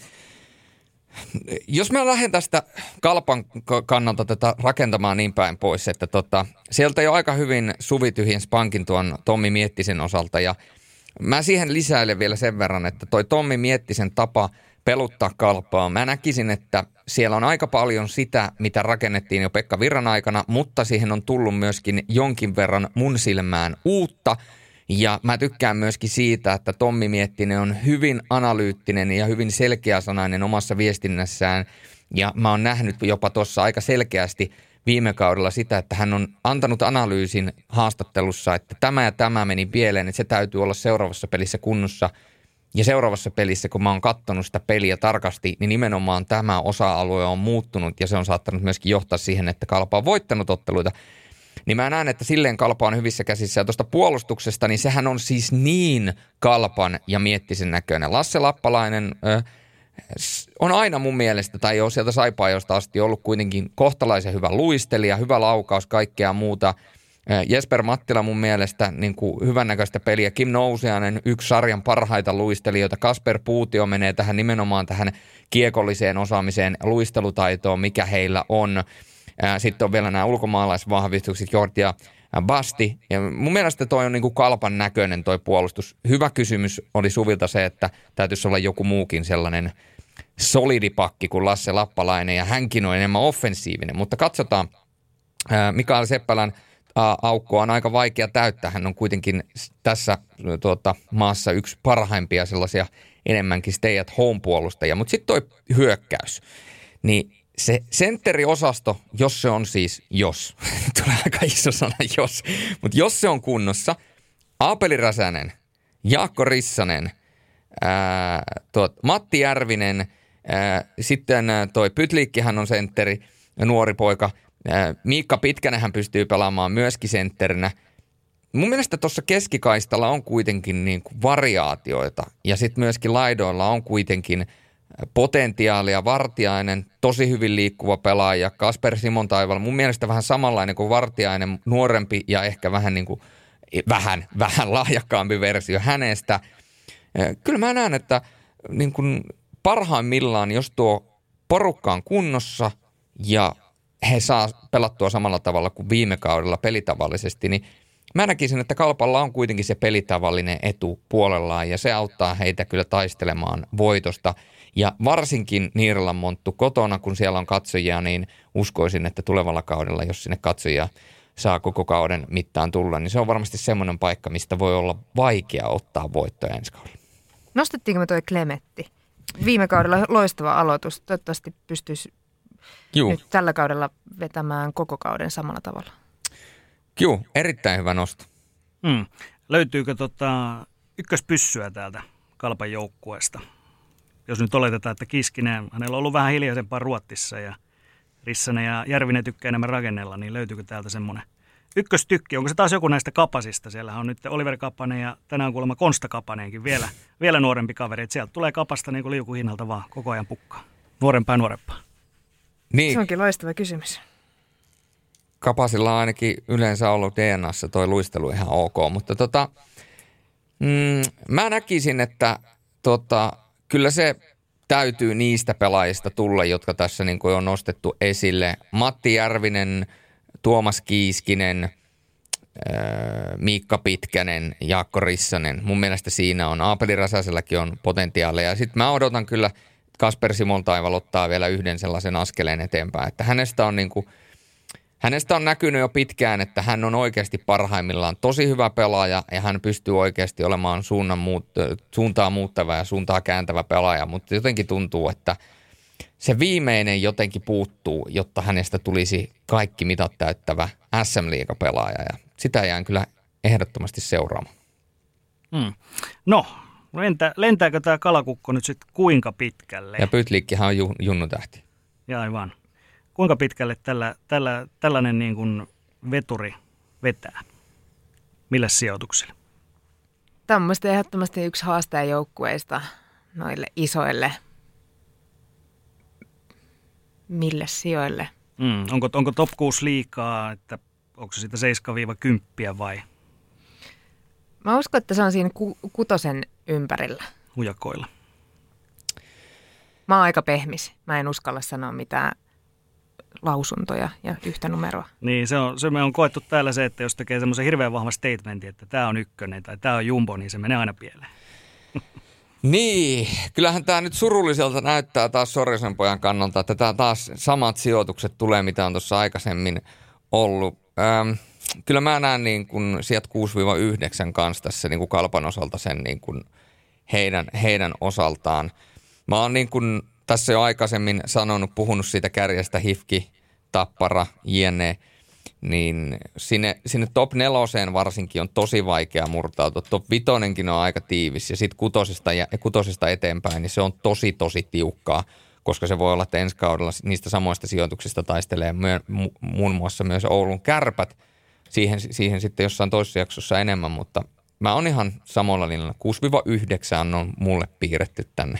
Jos mä lähden tästä Kalpan kannalta tätä rakentamaan niin päin pois, että sieltä jo aika hyvin Suvi tyhjensi pankin tuon Tommi Miettisen osalta ja mä siihen lisäilen vielä sen verran, että toi Tommi Miettisen tapa peluttaa Kalpaa. Mä näkisin, että siellä on aika paljon sitä, mitä rakennettiin jo Pekka Virran aikana, mutta siihen on tullut myöskin jonkin verran mun silmään uutta. Ja mä tykkään myöskin siitä, että Tommi Miettinen on hyvin analyyttinen ja hyvin selkeäsanainen omassa viestinnässään. Ja mä oon nähnyt jopa tuossa aika selkeästi viime kaudella sitä, että hän on antanut analyysin haastattelussa, että tämä ja tämä meni pieleen, että se täytyy olla seuraavassa pelissä kunnossa. Ja seuraavassa pelissä, kun mä oon katsonut sitä peliä tarkasti, niin nimenomaan tämä osa-alue on muuttunut ja se on saattanut myöskin johtaa siihen, että Kalpa on voittanut otteluita. Niin mä näen, että silleen Kalpa on hyvissä käsissä. Ja tuosta puolustuksesta, niin sehän on siis niin Kalpan ja Miettisen näköinen. Lasse Lappalainen on aina mun mielestä, tai jo sieltä Saipaajosta asti ollut kuitenkin kohtalaisen hyvä luistelija, hyvä laukaus, kaikkea muuta. Jesper Mattila mun mielestä niin kuin hyvännäköistä peliä. Kim Nousiainen, yksi sarjan parhaita luistelijoita. Kasper Puutio menee tähän nimenomaan tähän kiekolliseen osaamiseen, luistelutaitoon, mikä heillä on. Sitten on vielä nämä ulkomaalaisvahvistukset, Jordi ja Basti. Ja mun mielestä toi on niin kuin Kalpan näköinen toi puolustus. Hyvä kysymys oli Suvilta se, että täytyisi olla joku muukin sellainen solidipakki kuin Lasse Lappalainen. Ja hänkin on enemmän offensiivinen. Mutta katsotaan, Mikael Seppälän aukkoa on aika vaikea täyttää. Hän on kuitenkin tässä maassa yksi parhaimpia sellaisia enemmänkin stay at home -puolustajia. Mutta sitten toi hyökkäys, niin se sentteriosasto, jos se on siis, tulee aika iso sana jos, mutta jos se on kunnossa, Aapeli Räsänen, Jaakko Rissanen, Matti Järvinen, sitten toi Pytliikkihän on sentteri, nuori poika, Miikka Pitkänenhän pystyy pelaamaan myöskin sentterinä. Mun mielestä tuossa keskikaistalla on kuitenkin niin kuin variaatioita ja sitten myöskin laidoilla on kuitenkin potentiaalia. Vartiainen, tosi hyvin liikkuva pelaaja, Kasper Simon Taival, mun mielestä vähän samanlainen kuin Vartiainen, nuorempi ja ehkä vähän niin kuin, vähän lahjakkaampi versio hänestä. Kyllä mä näen, että niin kuin parhaimmillaan, jos tuo porukka on kunnossa ja he saa pelattua samalla tavalla kuin viime kaudella pelitavallisesti, niin mä näkisin, että Kalpalla on kuitenkin se pelitavallinen etu puolellaan ja se auttaa heitä kyllä taistelemaan voitosta. Ja varsinkin Niiralan Monttu kotona, kun siellä on katsojia, niin uskoisin, että tulevalla kaudella, jos sinne katsojia saa koko kauden mittaan tulla, niin se on varmasti semmoinen paikka, mistä voi olla vaikea ottaa voittoja ensi kaudella. Nostettiinko me toi Klemetti? Viime kaudella loistava aloitus. Toivottavasti pystyisi nyt tällä kaudella vetämään koko kauden samalla tavalla. Joo, erittäin hyvä nosto. Löytyykö ykköspyssyä täältä Kalpan joukkueesta? Jos nyt oletetaan, että Kiskinen, hänellä on ollut vähän hiljaisempaa Ruotsissa ja Rissanen ja Järvinen tykkää enemmän rakennella, niin löytyykö täältä semmoinen ykköstykki? Onko se taas joku näistä Kapasista? Siellä on nyt Oliver Kapanen ja tänään kuulemma Konsta Kapanenkin, vielä nuorempi kaveri. Että sieltä tulee Kapasta niin kuin liukuhinnalta vaan koko ajan pukkaa. Nuorempaa. Niin. Se onkin loistava kysymys. Kapasilla on ainakin yleensä ollut DNAssa toi luistelu ihan ok, mutta mä näkisin, että kyllä se täytyy niistä pelaajista tulla, jotka tässä niin kuin on nostettu esille. Matti Järvinen, Tuomas Kiiskinen, Miikka Pitkänen, Jaakko Rissanen. Mun mielestä siinä on. Aapeli Räsäselläkin on potentiaalia. Ja sitten mä odotan kyllä, että Kasper Simon-Taival ottaa vielä yhden sellaisen askeleen eteenpäin. Että hänestä on näkynyt jo pitkään, että hän on oikeasti parhaimmillaan tosi hyvä pelaaja ja hän pystyy oikeasti olemaan suuntaa muuttava ja suuntaa kääntävä pelaaja, mutta jotenkin tuntuu, että se viimeinen jotenkin puuttuu, jotta hänestä tulisi kaikki mitat täyttävä SM-liigapelaaja ja sitä jään kyllä ehdottomasti seuraamaan. No, lentääkö tämä kalakukko nyt sitten kuinka pitkälle? Ja Pytlikkihän on junnutähti. Ja aivan. Kuinka pitkälle tällainen niin kuin veturi vetää? Millä sijoituksilla? Tämä on mielestäni ehdottomasti yksi haastajajoukkueista noille isoille. Mille sijoille? Onko top 6 liikaa, että onko se siitä 7-10 vai? Mä uskon, että se on siinä kutosen ympärillä. Hujakoilla. Mä oon aika pehmis. Mä en uskalla sanoa mitään lausuntoja ja yhtä numeroa. Niin, se me on koettu täällä se, että jos tekee semmoisen hirveän vahvan statementin, että tämä on ykkönen tai tämä on jumbo, niin se menee aina pieleen. Niin, kyllähän tämä nyt surulliselta näyttää taas Sorjosen pojan kannalta, että tämä taas samat sijoitukset tulee, mitä on tuossa aikaisemmin ollut. Kyllä mä näen niin kuin sieltä 6-9 kanssa tässä niin kuin Kalpan osalta sen niin kuin heidän osaltaan. Mä oon niin kuin tässä jo aikaisemmin puhunut siitä kärjestä HIFK, Tappara, JNE, niin sinne top 4 varsinkin on tosi vaikea murtautua. Top 5 on aika tiivis ja sitten kutosesta eteenpäin, niin se on tosi tiukkaa, koska se voi olla, että ensi kaudella niistä samoista sijoituksista taistelee muun muassa myös Oulun Kärpät. Siihen sitten jossain toisessa jaksossa enemmän, mutta mä oon ihan samalla linjalla. 6-9 on mulle piirretty tänne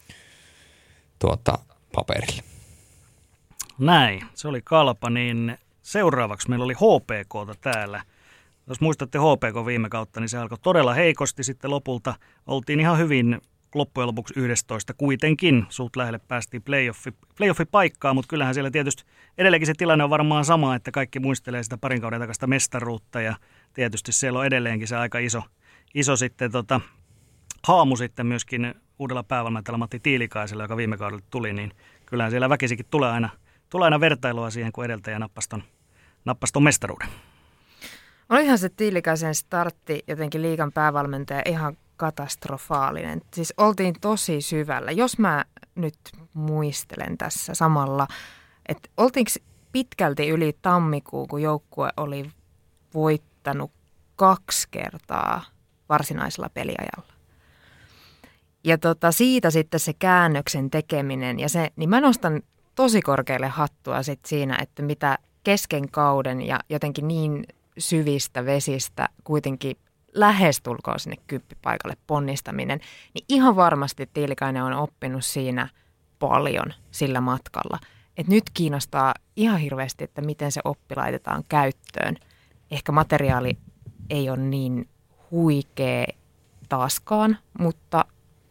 paperille. Näin, se oli Kalpa, niin seuraavaksi meillä oli HPK:ta täällä. Jos muistatte HPK viime kautta, niin se alkoi todella heikosti. Sitten lopulta oltiin ihan hyvin loppujen lopuksi 11 kuitenkin. Suht lähelle päästiin playoffi-paikkaa, mutta kyllähän siellä tietysti edelleenkin se tilanne on varmaan sama, että kaikki muistelee sitä parin kauden takaista mestaruutta. Ja tietysti siellä on edelleenkin se aika iso sitten haamu sitten myöskin uudella päävalmentajalla Matti Tiilikaisella, joka viime kaudella tuli, niin kyllähän siellä väkisikin tulee aina vertailua siihen, kun edeltäjä nappasi ton mestaruuden. Olihan se Tiilikaisen startti jotenkin liigan päävalmentaja ihan katastrofaalinen. Siis oltiin tosi syvällä. Jos mä nyt muistelen tässä samalla, että oltiinko pitkälti yli tammikuun, kun joukkue oli voittanut 2 kertaa varsinaisella peliajalla. Ja siitä sitten se käännöksen tekeminen ja se, niin mä nostan tosi korkealle hattua sit siinä, että mitä kesken kauden ja jotenkin niin syvistä vesistä kuitenkin lähestulkoon sinne kyppipaikalle ponnistaminen, niin ihan varmasti Tiilikainen on oppinut siinä paljon sillä matkalla. Et nyt kiinnostaa ihan hirveästi, että miten se oppi laitetaan käyttöön. Ehkä materiaali ei ole niin huikea taaskaan, mutta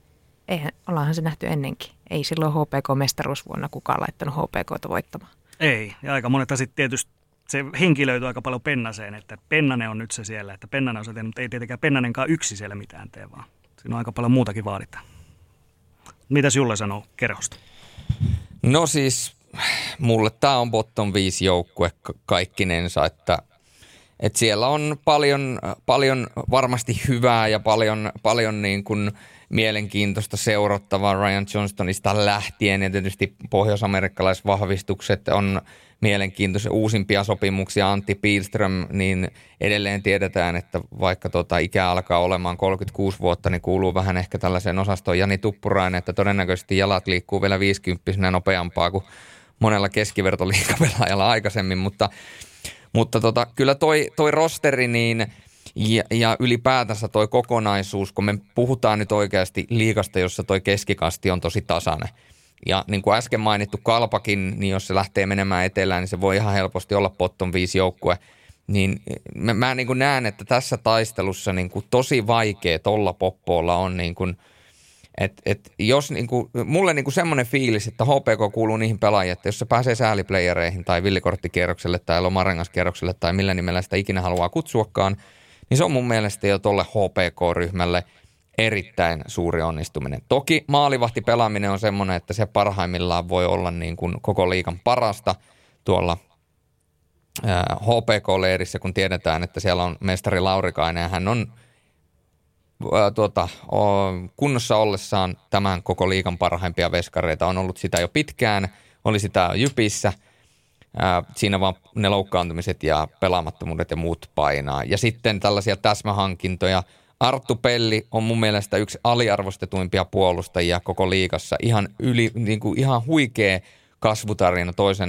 ollaanhan se nähty ennenkin. Ei silloin HPK-mestaruusvuonna kukaan laittanut HPK:ta voittamaan. Ei, ja aika moneta sitten tietysti se henki löytyy aika paljon Pennaseen, että Pennanen on nyt se siellä, että Pennanen on se tehnyt, mutta ei tietenkään Pennanenkaan yksi siellä mitään tee, vaan siinä on aika paljon muutakin vaaditaan. Mitäs Julle sanoo Kerhosta? No siis mulle tämä on bottom 5 joukkue kaikkinensa, että siellä on paljon varmasti hyvää ja paljon niin kuin mielenkiintoista seurattavaa Ryan Johnstonista lähtien ja tietysti pohjois-amerikkalaisvahvistukset on mielenkiintoisia uusimpia sopimuksia. Antti Pihlström, niin edelleen tiedetään, että vaikka ikä alkaa olemaan 36 vuotta, niin kuuluu vähän ehkä tällaiseen osastoon Jani Tuppurainen, että todennäköisesti jalat liikkuu vielä 50-vuotiaana nopeampaa kuin monella keskivertoliigapelaajalla aikaisemmin, mutta kyllä toi rosteri niin ja ylipäätänsä toi kokonaisuus, kun me puhutaan nyt oikeasti liigasta, jossa toi keskikasti on tosi tasainen. Ja niin kuin äsken mainittu Kalpakin, niin jos se lähtee menemään etelään, niin se voi ihan helposti olla bottom 5 joukkue. Niin mä niin kuin näen, että tässä taistelussa niin kuin tosi vaikea tolla poppoolla on niin kuin, jos niin kuin, mulle niin kuin semmoinen fiilis, että HPK kuuluu niihin pelaajiin, että jos se pääsee sääliplayereihin tai villikorttikierrokselle tai lomarengaskierrokselle tai millä nimellä sitä ikinä haluaa kutsuakaan, niin se on mun mielestä jo tolle HPK-ryhmälle erittäin suuri onnistuminen. Toki maalivahtipelaaminen on semmoinen, että se parhaimmillaan voi olla niin kuin koko liigan parasta tuolla HPK-leirissä, kun tiedetään, että siellä on mestari Laurikainen ja hän on kunnossa ollessaan tämän koko liigan parhaimpia veskareita. On ollut sitä jo pitkään, oli sitä Jypissä. Siinä vaan ne loukkaantumiset ja pelaamattomuudet ja muut painaa. Ja sitten tällaisia täsmähankintoja. Arttu Pelli on mun mielestä yksi aliarvostetuimpia puolustajia koko liigassa. Ihan huikea kasvutarina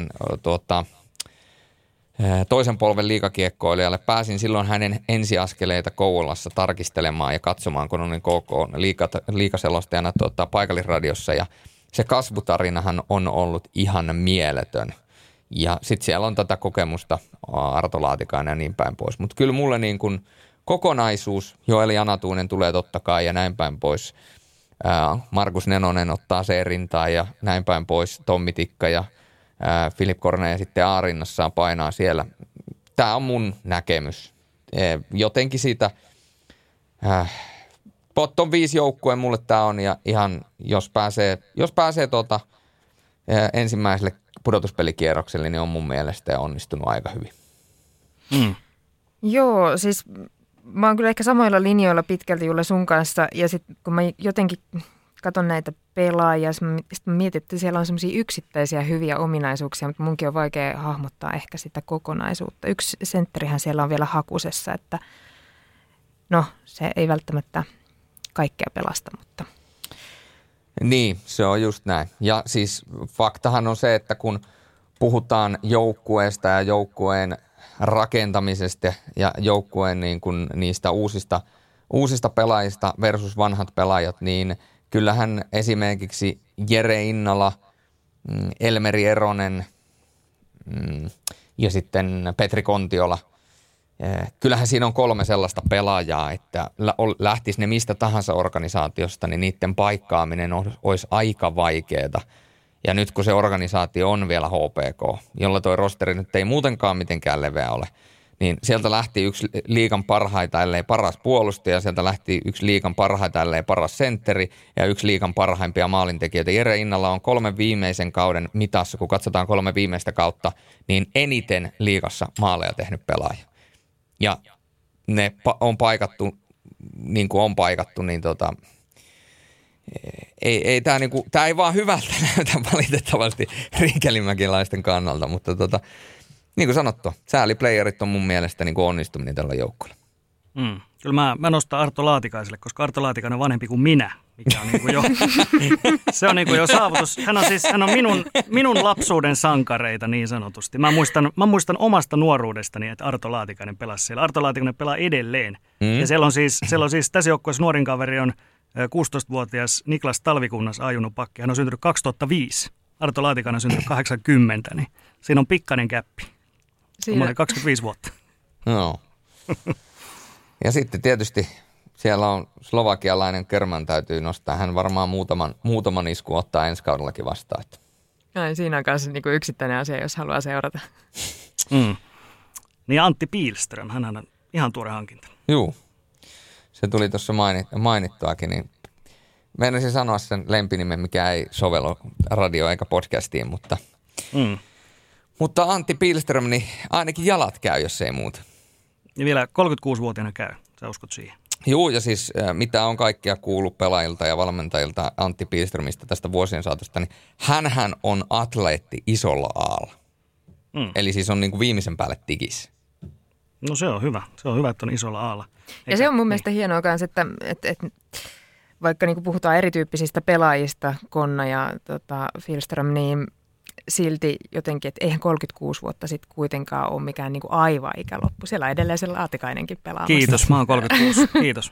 toisen polven liigakiekkoilijalle. Pääsin silloin hänen ensiaskeleita Kouvolassa tarkistelemaan ja katsomaan, kun olin KK liigaselostajana paikallisradiossa. Ja se kasvutarinahan on ollut ihan mieletön. Ja sitten siellä on tätä kokemusta Arto Laatikainen ja niin päin pois. Mutta kyllä mulle niin kuin kokonaisuus, Joeli Anatuinen tulee totta kai ja näin päin pois. Markus Nenonen ottaa se rintaan ja näin päin pois. Tommi Tikka ja Filip Korne sitten A-rinnassaan painaa siellä. Tämä on mun näkemys. Jotenkin siitä bottom 5 joukkueen mulle tämä on ja ihan jos pääsee ensimmäiselle pudotuspelikierrokselle, niin on mun mielestä onnistunut aika hyvin. Mm. Joo, siis mä oon kyllä ehkä samoilla linjoilla pitkälti Julle sun kanssa ja sitten kun mä jotenkin katson näitä pelaajia, sitten mä mietin, että siellä on semmoisia yksittäisiä hyviä ominaisuuksia, mutta munkin on vaikea hahmottaa ehkä sitä kokonaisuutta. Yksi sentterihän siellä on vielä hakusessa, että no se ei välttämättä kaikkea pelasta, mutta niin, se on just näin. Ja siis faktahan on se, että kun puhutaan joukkueesta ja joukkueen rakentamisesta ja joukkueen niin kuin niistä uusista pelaajista versus vanhat pelaajat, niin kyllähän esimerkiksi Jere Innala, Elmeri Eronen ja sitten Petri Kontiola, kyllähän siinä on 3 sellaista pelaajaa, että lähtisi ne mistä tahansa organisaatiosta, niin niiden paikkaaminen olisi aika vaikeaa. Ja nyt kun se organisaatio on vielä HPK, jolla toi rosteri nyt ei muutenkaan mitenkään leveä ole, niin sieltä lähti yksi liigan parhaita, ellei paras puolustaja, sieltä lähti yksi liigan parhaita, ellei paras sentteri ja yksi liigan parhaimpia maalintekijöitä. Jere Innalla on 3 viimeisen kauden mitassa, kun katsotaan 3 viimeistä kautta, niin eniten liigassa maaleja tehnyt pelaaja. Ja ne on paikattu, niin kuin on paikattu, niin ei tämä niinku, tää ei vaan hyvältä näytä valitettavasti rinkelimäkiläisten kannalta, mutta niin kuin sanottu, sääliplayerit on mun mielestä niinku onnistuminen tällä joukkueella. Kyllä mä nostan Arto Laatikaiselle, koska Arto Laatikainen on vanhempi kuin minä, mikä on niinku jo, se on niinku jo saavutus. Hän on minun lapsuuden sankareita niin sanotusti. Mä muistan omasta nuoruudestani, että Arto Laatikainen pelasi siellä. Arto Laatikainen pelaa edelleen. Ja siellä on siis tässä joukkueessa nuorin kaveri on 16-vuotias Niklas Talvikunnas ajunupakki. Hän on syntynyt 2005. Arto Laatikainen on syntynyt 80, niin siinä on pikkainen käppi. Siinä 25 vuotta. No. Ja sitten tietysti siellä on slovakialainen Kerman täytyy nostaa. Hän varmaan muutaman isku ottaa ensi kaudellakin vastaan. Näin, siinä on myös niin kuin yksittäinen asia, jos haluaa seurata. Niin Antti Pihlström, hän on ihan tuore hankinta. Juu, se tuli tuossa mainittuakin, niin meinasin sanoa sen lempinimen, mikä ei sovellu radio- eikä podcastiin, mutta Antti Pihlström, niin ainakin jalat käy, jos ei muuta. Ja vielä 36-vuotiaana käy, sä uskot siihen? Joo, ja siis mitä on kaikkia kuullut pelaajilta ja valmentajilta Antti Pihlströmistä tästä vuosien saatosta, niin hänhän on atleetti isolla aalla. Eli siis on niin kuin viimeisen päälle tikissä. No se on hyvä. Se on hyvä, että on isolla aalla. Ja se on mun mielestä hienoa myös, että vaikka niin kuin puhutaan erityyppisistä pelaajista, Konna ja Pihlström, niin silti jotenkin, että eihän 36 vuotta sitten kuitenkaan ole mikään niin kuin aivan ikäloppu. Siellä on edelleen se Laatikainenkin pelaamassa. Kiitos, mä oon 36. Kiitos.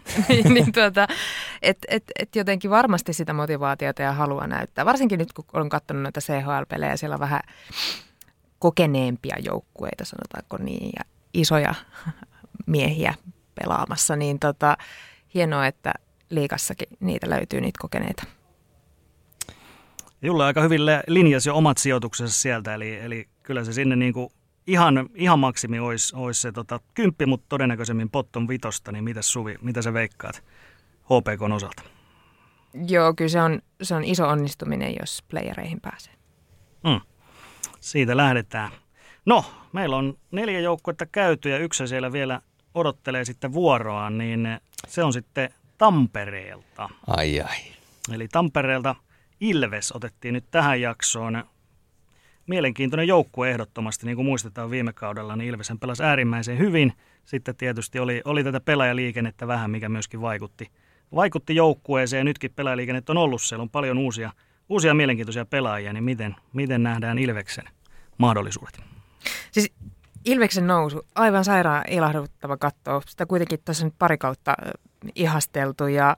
et jotenkin varmasti sitä motivaatiota ja halua näyttää. Varsinkin nyt, kun olen katsonut noita CHL-pelejä, siellä on vähän kokeneempia joukkueita, sanotaanko niin, ja isoja miehiä pelaamassa, niin hienoa, että liigassakin niitä löytyy, niitä kokeneita. Julle aika hyvin linjasi jo omat sijoituksensa sieltä, eli kyllä se sinne niin kuin ihan maksimi olisi se 10, mutta todennäköisemmin potton 5, niin mitäs Suvi, mitä sä veikkaat HPK:n osalta? Joo, kyllä se on iso onnistuminen, jos playereihin pääsee. Siitä lähdetään. No, meillä on 4 joukkuetta käyty ja yksi siellä vielä odottelee sitten vuoroaan, niin se on sitten Tampereelta. Ai. Eli Tampereelta Ilves otettiin nyt tähän jaksoon. Mielenkiintoinen joukkue ehdottomasti, niin kuin muistetaan viime kaudella, niin Ilvesen pelasi äärimmäisen hyvin. Sitten tietysti oli tätä pelaajaliikennettä vähän, mikä myöskin vaikutti joukkueeseen. Nytkin pelaajaliikennettä on ollut, siellä on paljon uusia mielenkiintoisia pelaajia, niin miten nähdään Ilveksen mahdollisuudet? Siis Ilveksen nousu, aivan sairaan ilahduttava katsoa. Sitä kuitenkin tuossa nyt pari kautta ihasteltu ja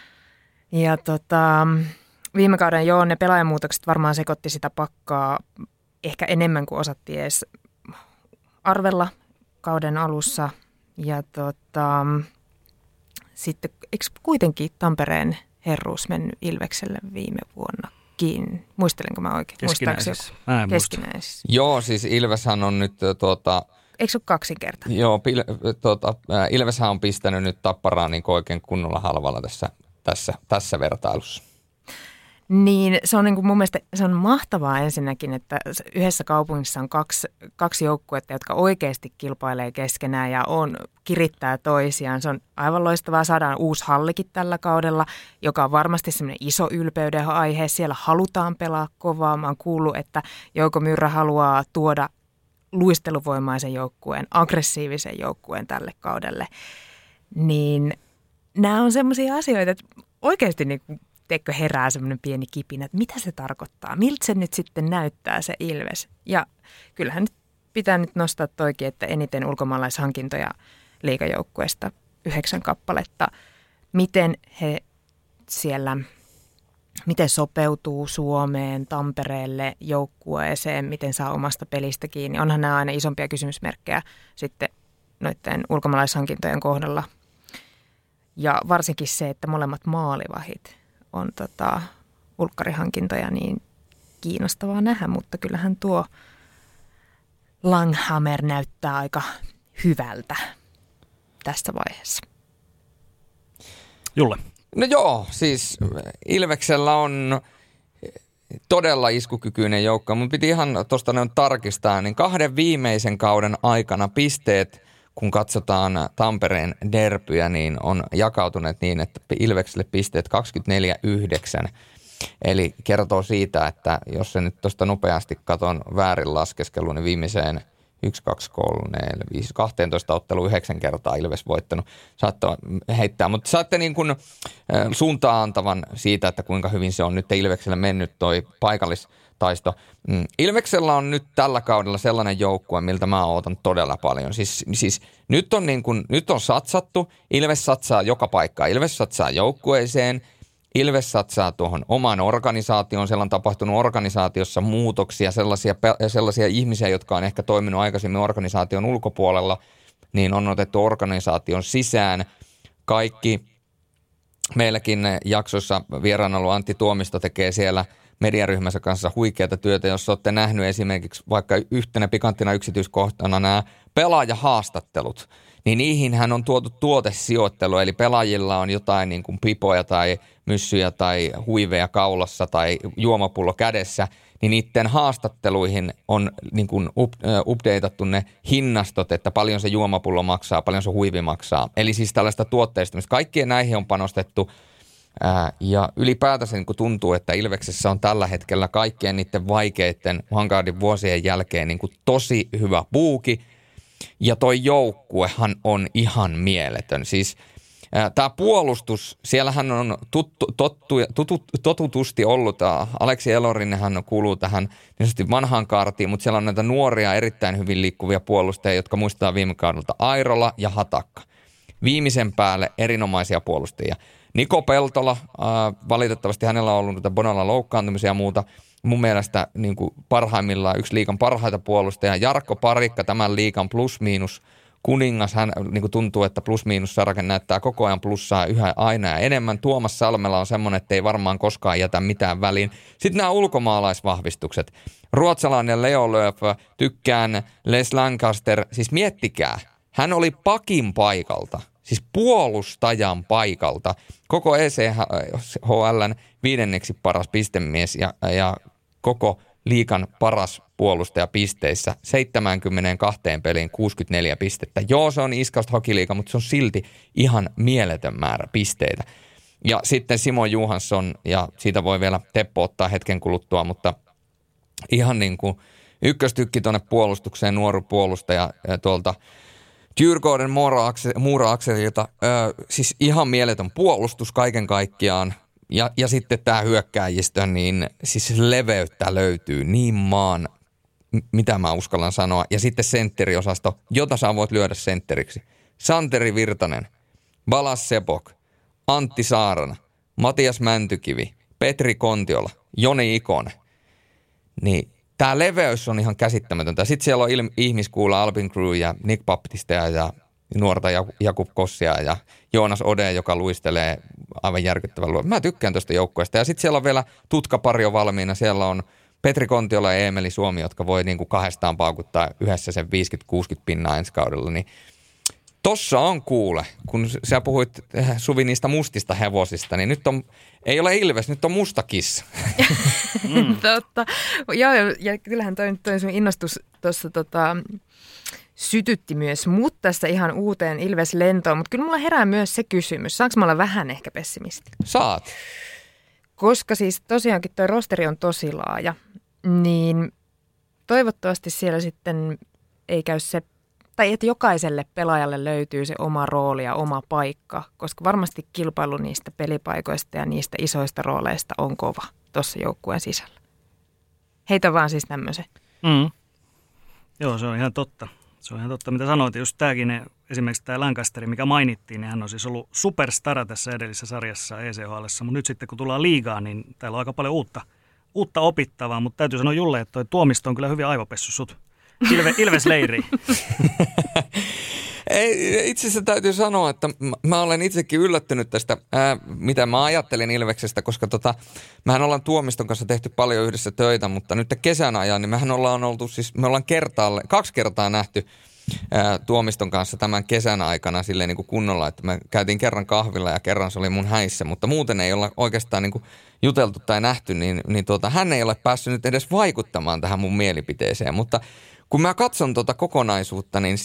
viime kauden ne pelaajamuutokset varmaan sekoitti sitä pakkaa ehkä enemmän kuin osattiin edes arvella kauden alussa. Ja sitten eikö kuitenkin Tampereen herruus mennyt Ilvekselle viime vuonnakin? Muistelenko mä oikein? Keskinäisissä. Keskinäisissä. Joo, siis Ilveshän on nyt eikö se ole kaksinkertainen? Joo, Ilveshän on pistänyt nyt Tapparaan niin oikein kunnolla halvalla tässä vertailussa. Niin se on niin kuin mun mielestä se on mahtavaa ensinnäkin, että yhdessä kaupungissa on kaksi joukkuetta, jotka oikeasti kilpailee keskenään ja kirittää toisiaan. Se on aivan loistavaa. Saadaan uusi hallikin tällä kaudella, joka on varmasti semmoinen iso ylpeyden aihe. Siellä halutaan pelaa kovaa. Mä oon kuullut, että Jouko Myrrä haluaa tuoda luisteluvoimaisen joukkueen, aggressiivisen joukkueen tälle kaudelle. Niin nämä on semmoisia asioita, että oikeasti niin teekö herää semmoinen pieni kipinä, että mitä se tarkoittaa, miltä se nyt sitten näyttää se Ilves. Ja kyllähän nyt pitää nyt nostaa toikin, että eniten ulkomaalaishankintoja liigajoukkueesta 9 kappaletta. Miten he siellä, miten sopeutuu Suomeen, Tampereelle, joukkueeseen, miten saa omasta pelistä kiinni. Onhan nämä aina isompia kysymysmerkkejä sitten noiden ulkomaalaishankintojen kohdalla. Ja varsinkin se, että molemmat maalivahit on ulkkarihankintoja, niin kiinnostavaa nähdä, mutta kyllähän tuo Langhammer näyttää aika hyvältä tässä vaiheessa. Julle. No joo, siis Ilveksellä on todella iskukykyinen joukko. Mun piti ihan tuosta tarkistaa, niin 2 viimeisen kauden aikana pisteet, kun katsotaan Tampereen derbyä, niin on jakautuneet niin, että Ilvekselle pisteet 24-9. Eli kertoo siitä, että jos se nyt tuosta nopeasti katon väärin laskeskelu, niin viimeiseen 1, 2, 3, 4, 5, 12 ottelua 9 kertaa Ilves voittanut. Saatte heittää, mutta saatte niin kuin suuntaa antavan siitä, että kuinka hyvin se on nyt Ilvekselle mennyt toi paikallistaisto. Ilveksellä on nyt tällä kaudella sellainen joukkue, miltä mä ootan todella paljon. Siis nyt on satsattu, Ilves satsaa joka paikkaan, Ilves satsaa joukkueeseen, Ilves satsaa tuohon omaan organisaatioon, siellä on tapahtunut organisaatiossa muutoksia, sellaisia ihmisiä, jotka on ehkä toiminut aikaisemmin organisaation ulkopuolella, niin on otettu organisaation sisään. kaikki meilläkin jaksoissa vieraana ollut Antti Tuomisto tekee siellä mediaryhmänsä kanssa huikeata työtä, jos olette nähnyt esimerkiksi vaikka yhtenä pikanttina yksityiskohtana nämä pelaajahaastattelut, niin niihinhän on tuotu tuotesijoittelu, eli pelaajilla on jotain niin kuin pipoja tai myssyjä tai huiveja kaulassa tai juomapullo kädessä, niin niiden haastatteluihin on niin kuin updateattu ne hinnastot, että paljon se juomapullo maksaa, paljon se huivi maksaa. Eli siis tällaista tuotteistamista. Kaikkien näihin on panostettu ja ylipäätänsä niin kuin tuntuu, että Ilveksessä on tällä hetkellä kaikkien niiden vaikeiden Vanguardin vuosien jälkeen niin kuin tosi hyvä buuki. Ja toi joukkuehan on ihan mieletön. Siis tämä puolustus, siellähän on totutusti ollut, Aleksi Elorinnehan kuuluu tähän niin vanhaan kaartiin, mutta siellä on näitä nuoria erittäin hyvin liikkuvia puolustajia, jotka muistetaan viime kaudelta Airola ja Hatakka. Viimeisen päälle erinomaisia puolustajia. Niko Peltola, valitettavasti hänellä on ollut Bonalla loukkaantumisia ja muuta. Mun mielestä niin kuin parhaimmillaan yksi liigan parhaita puolustajia. Jarkko Parikka, tämän liigan plus-miinus kuningas. Hän niin kuin tuntuu, että plus-miinus-sarake näyttää koko ajan plussaa yhä aina ja enemmän. Tuomas Salmela on semmoinen, että ei varmaan koskaan jätä mitään väliin. Sitten nämä ulkomaalaisvahvistukset. Ruotsalainen Leo Lööf, tykkään Les Lancaster. Siis miettikää, hän oli pakin paikalta. Siis puolustajan paikalta. Koko ECHL:n 5. paras pistemies ja koko liigan paras puolustaja pisteissä. 72 peliin 64 pistettä. Joo, se on East Coast Hockey League, mutta se on silti ihan mieletön määrä pisteitä. Ja sitten Simon Johansson, ja siitä voi vielä Teppo ottaa hetken kuluttua, mutta ihan niin kuin ykköstykki tuonne puolustukseen, nuori puolustaja tuolta Djurgården Mora-akselilta, siis ihan mieletön puolustus kaiken kaikkiaan. Ja sitten tämä hyökkääjistö, niin siis leveyttä löytyy niin maan, mitä mä uskallan sanoa. Ja sitten sentteriosasto, jota sä voit lyödä sentteriksi. Santeri Virtanen, Balas Sebok, Antti Saarana, Matias Mäntykivi, Petri Kontiola, Joni Ikonen. Niin tämä leveys on ihan käsittämätöntä. Sitten siellä on ihmiskuulla Albin Crew ja Nick Baptistea ja nuorta Jakub Kossia ja Joonas Ode, joka luistelee aivan järkyttävän luo. Mä tykkään tuosta joukkueesta. Ja sitten siellä on vielä tutkapari jo valmiina. Siellä on Petri Kontiola ja Eemeli Suomi, jotka voi niinku kahdestaan paukuttaa yhdessä sen 50-60 pinnaa ensi kaudella. Niin tossa on kuule, kun sä puhuit Suvi niistä mustista hevosista, niin nyt on, ei ole Ilves, nyt on musta kissa. Totta. Joo, ja kyllähän toi sun innostus tuossa sytytti myös mut tässä ihan uuteen Ilves-lentoon, mutta kyllä mulla herää myös se kysymys, saanko mä olla vähän ehkä pessimisti? Saat. Koska siis tosiaankin toi rosteri on tosi laaja, niin toivottavasti siellä sitten ei käy se, tai että jokaiselle pelaajalle löytyy se oma rooli ja oma paikka, koska varmasti kilpailu niistä pelipaikoista ja niistä isoista rooleista on kova tuossa joukkueen sisällä. Heitä vaan siis tämmöisen. Joo, se on ihan totta. Se on ihan totta, mitä sanoit. Just tämäkin, esimerkiksi tämä Lancasteri, mikä mainittiin, niin hän on siis ollut superstara tässä edellisessä sarjassa ECHL:ssä. Mutta nyt sitten kun tullaan liigaan, niin täällä on aika paljon uutta opittavaa. Mutta täytyy sanoa Julle, että toi Tuomisto on kyllä hyvin aivopessu sut. Ilves leiriin. Itse asiassa täytyy sanoa, että mä olen itsekin yllättynyt tästä, mitä mä ajattelin Ilveksestä, koska mehän ollaan Tuomiston kanssa tehty paljon yhdessä töitä, mutta nyt kesän ajan, niin mehän ollaan oltu siis, me ollaan 2 kertaa nähty Tuomiston kanssa tämän kesän aikana silleen niin kuin kunnolla, että me käytiin kerran kahvilla ja kerran se oli mun häissä, mutta muuten ei olla oikeastaan niin kuin juteltu tai nähty, niin hän ei ole päässyt nyt edes vaikuttamaan tähän mun mielipiteeseen, mutta kun mä katson kokonaisuutta, niin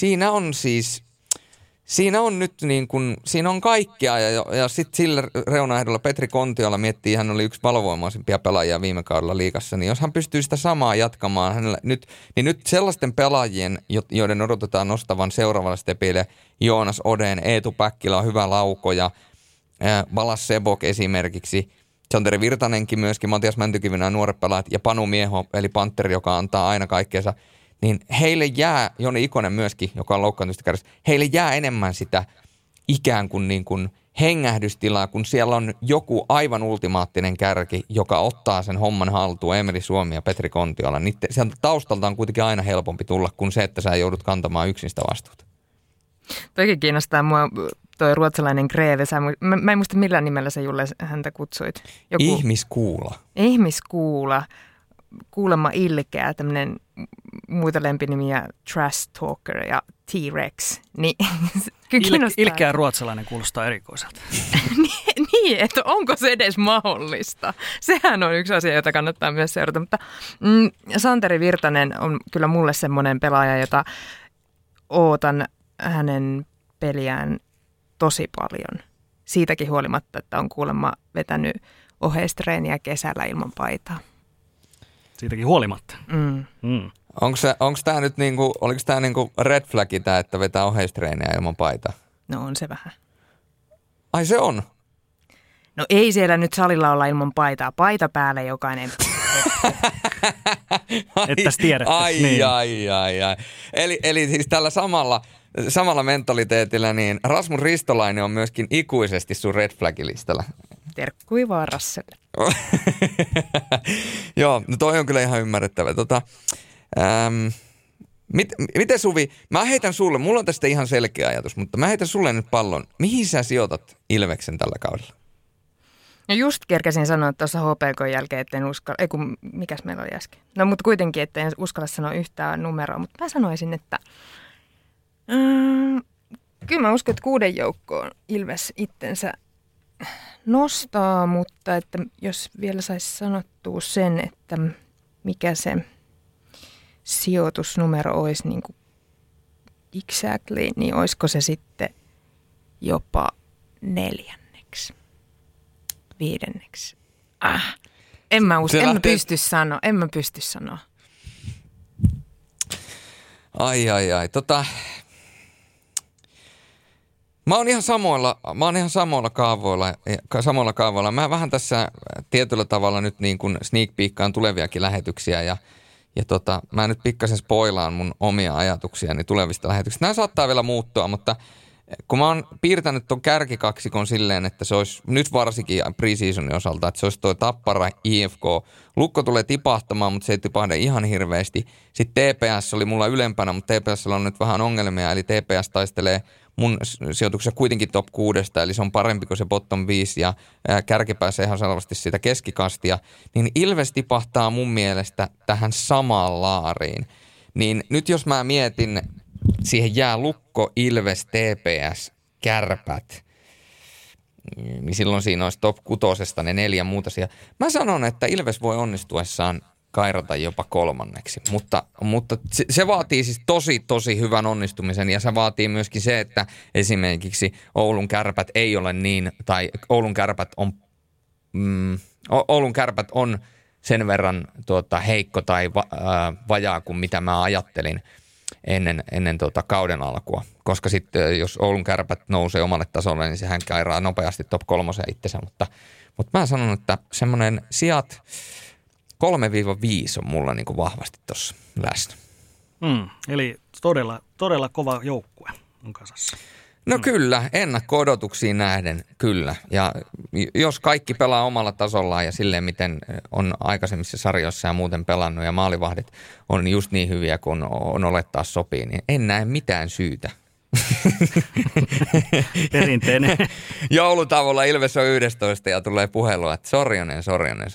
siinä on nyt niin kuin, siinä on kaikkea ja sitten sillä reunaehdolla Petri Kontiola miettii, hän oli yksi valovoimaisimpia pelaajia viime kaudella liigassa, niin jos hän pystyy sitä samaa jatkamaan hänellä nyt sellaisten pelaajien, joiden odotetaan nostavan seuraavalle stepille, Joonas Odeen, Eetu Päkkilä on hyvä laukoja, Balas Sebok esimerkiksi, Santeri Virtanenkin myöskin, Matias Mäntykivi, nämä nuoret pelaajat ja Panu Mieho, eli Panteri, joka antaa aina kaikkeensa, niin heille jää, Joni Ikonen myöskin, joka on loukkaantumista kärsissä, heille jää enemmän sitä ikään kuin, hengähdystilaa, kun siellä on joku aivan ultimaattinen kärki, joka ottaa sen homman haltuun, Eemeli Suomi ja Petri Kontiola. Niin sieltä taustalta on kuitenkin aina helpompi tulla kuin se, että sä joudut kantamaan yksin sitä vastuuta. Toikin kiinnostaa mua toi ruotsalainen Greve, mä en muista millään nimellä sä Julle häntä kutsuit. Ihmiskuula. Ihmiskuula, kuulemma ilkeä, tämmöinen muita lempinimiä Trash Talker ja T-Rex. Niin, ilkeä ruotsalainen kuulostaa erikoiselta. Niin, että onko se edes mahdollista? Sehän on yksi asia, jota kannattaa myös seurata. Mutta Santeri Virtanen on kyllä mulle semmoinen pelaaja, jota ootan hänen peliään tosi paljon. Siitäkin huolimatta, että on kuulemma vetänyt oheistreeniä kesällä ilman paitaa. Siitäkin huolimatta. Onko tämä nyt niinku, oliko tämä niinku red flagi tämä, että vetää oheistreenejä ilman paitaa? No on se vähän. Ai se on? No ei siellä nyt salilla olla ilman paitaa. Paita päälle jokainen. Ettäs tiedätte. Ai. Eli siis tällä samalla mentaliteetillä, niin Rasmus Ristolainen on myöskin ikuisesti sun red flag-listalla. Terkkui vaan Rasselle. Joo, no toi on kyllä ihan ymmärrettävä. Miten Suvi, mä heitän sulle, mulla on tästä ihan selkeä ajatus, mutta mä heitän sulle nyt pallon. Mihin sä sijoitat Ilveksen tällä kaudella? No just kerkäsin sanoa tuossa HPK:n jälkeen, että en uskalla, mikäs meillä oli äsken. No mutta kuitenkin, että en uskalla sanoa yhtään numeroa, mutta mä sanoisin, että kyllä mä uskon, että 6 joukkoon Ilves itsensä nostaa, mutta että jos vielä saisi sanottua sen, että mikä se sijoitusnumero olisi niin kuin exactly, niin olisiko se sitten jopa 4. 5. En mä pysty sanoa. Ai. Mä oon ihan samoilla kaavoilla. Mä vähän tässä tietyllä tavalla nyt niin kuin sneak peekkaan tuleviakin lähetyksiä ja mä nyt pikkasen spoilaan mun omia ajatuksiani tulevista lähetyksistä. Nämä saattaa vielä muuttua, mutta kun mä oon piirtänyt ton kärkikaksikon silleen, että se olisi nyt varsinkin pre-seasonin osalta, että se olisi toi Tappara, IFK. Lukko tulee tipahtamaan, mutta se ei tipahda ihan hirveästi. Sitten TPS oli mulla ylempänä, mutta TPS on nyt vähän ongelmia, eli TPS taistelee mun sijoituksessa kuitenkin top 6, eli se on parempi kuin se bottom 5 ja kärki pääsee ihan selvästi siitä keskikastia. Niin Ilves tipahtaa mun mielestä tähän samaan laariin. Niin nyt jos mä mietin, siihen jää Lukko, Ilves, TPS, Kärpät, niin silloin siinä olisi top 6 ne 4 muuta siellä. Mä sanon, että Ilves voi onnistuessaan kairata jopa 3, mutta se vaatii siis tosi hyvän onnistumisen ja se vaatii myöskin se, että esimerkiksi Oulun Kärpät ei ole niin, tai Oulun Kärpät on sen verran heikko tai vajaa kuin mitä mä ajattelin ennen kauden alkua. Koska sitten jos Oulun Kärpät nousee omalle tasolle, niin sehän kairaa nopeasti top 3 itsensä. Mutta mä sanon, että semmoinen sijat 3-5 on mulla niin kuin vahvasti tuossa läsnä. Eli todella kova joukkue on kasassa. No kyllä, ennakko-odotuksiin nähden kyllä. Ja jos kaikki pelaa omalla tasollaan ja silleen, miten on aikaisemmissa sarjoissa ja muuten pelannut ja maalivahdit on just niin hyviä kuin on olettaa sopii, niin en näe mitään syytä. Perinteinen. Joulutavolla Ilves on 11 ja tulee puhelua, että sorjonen.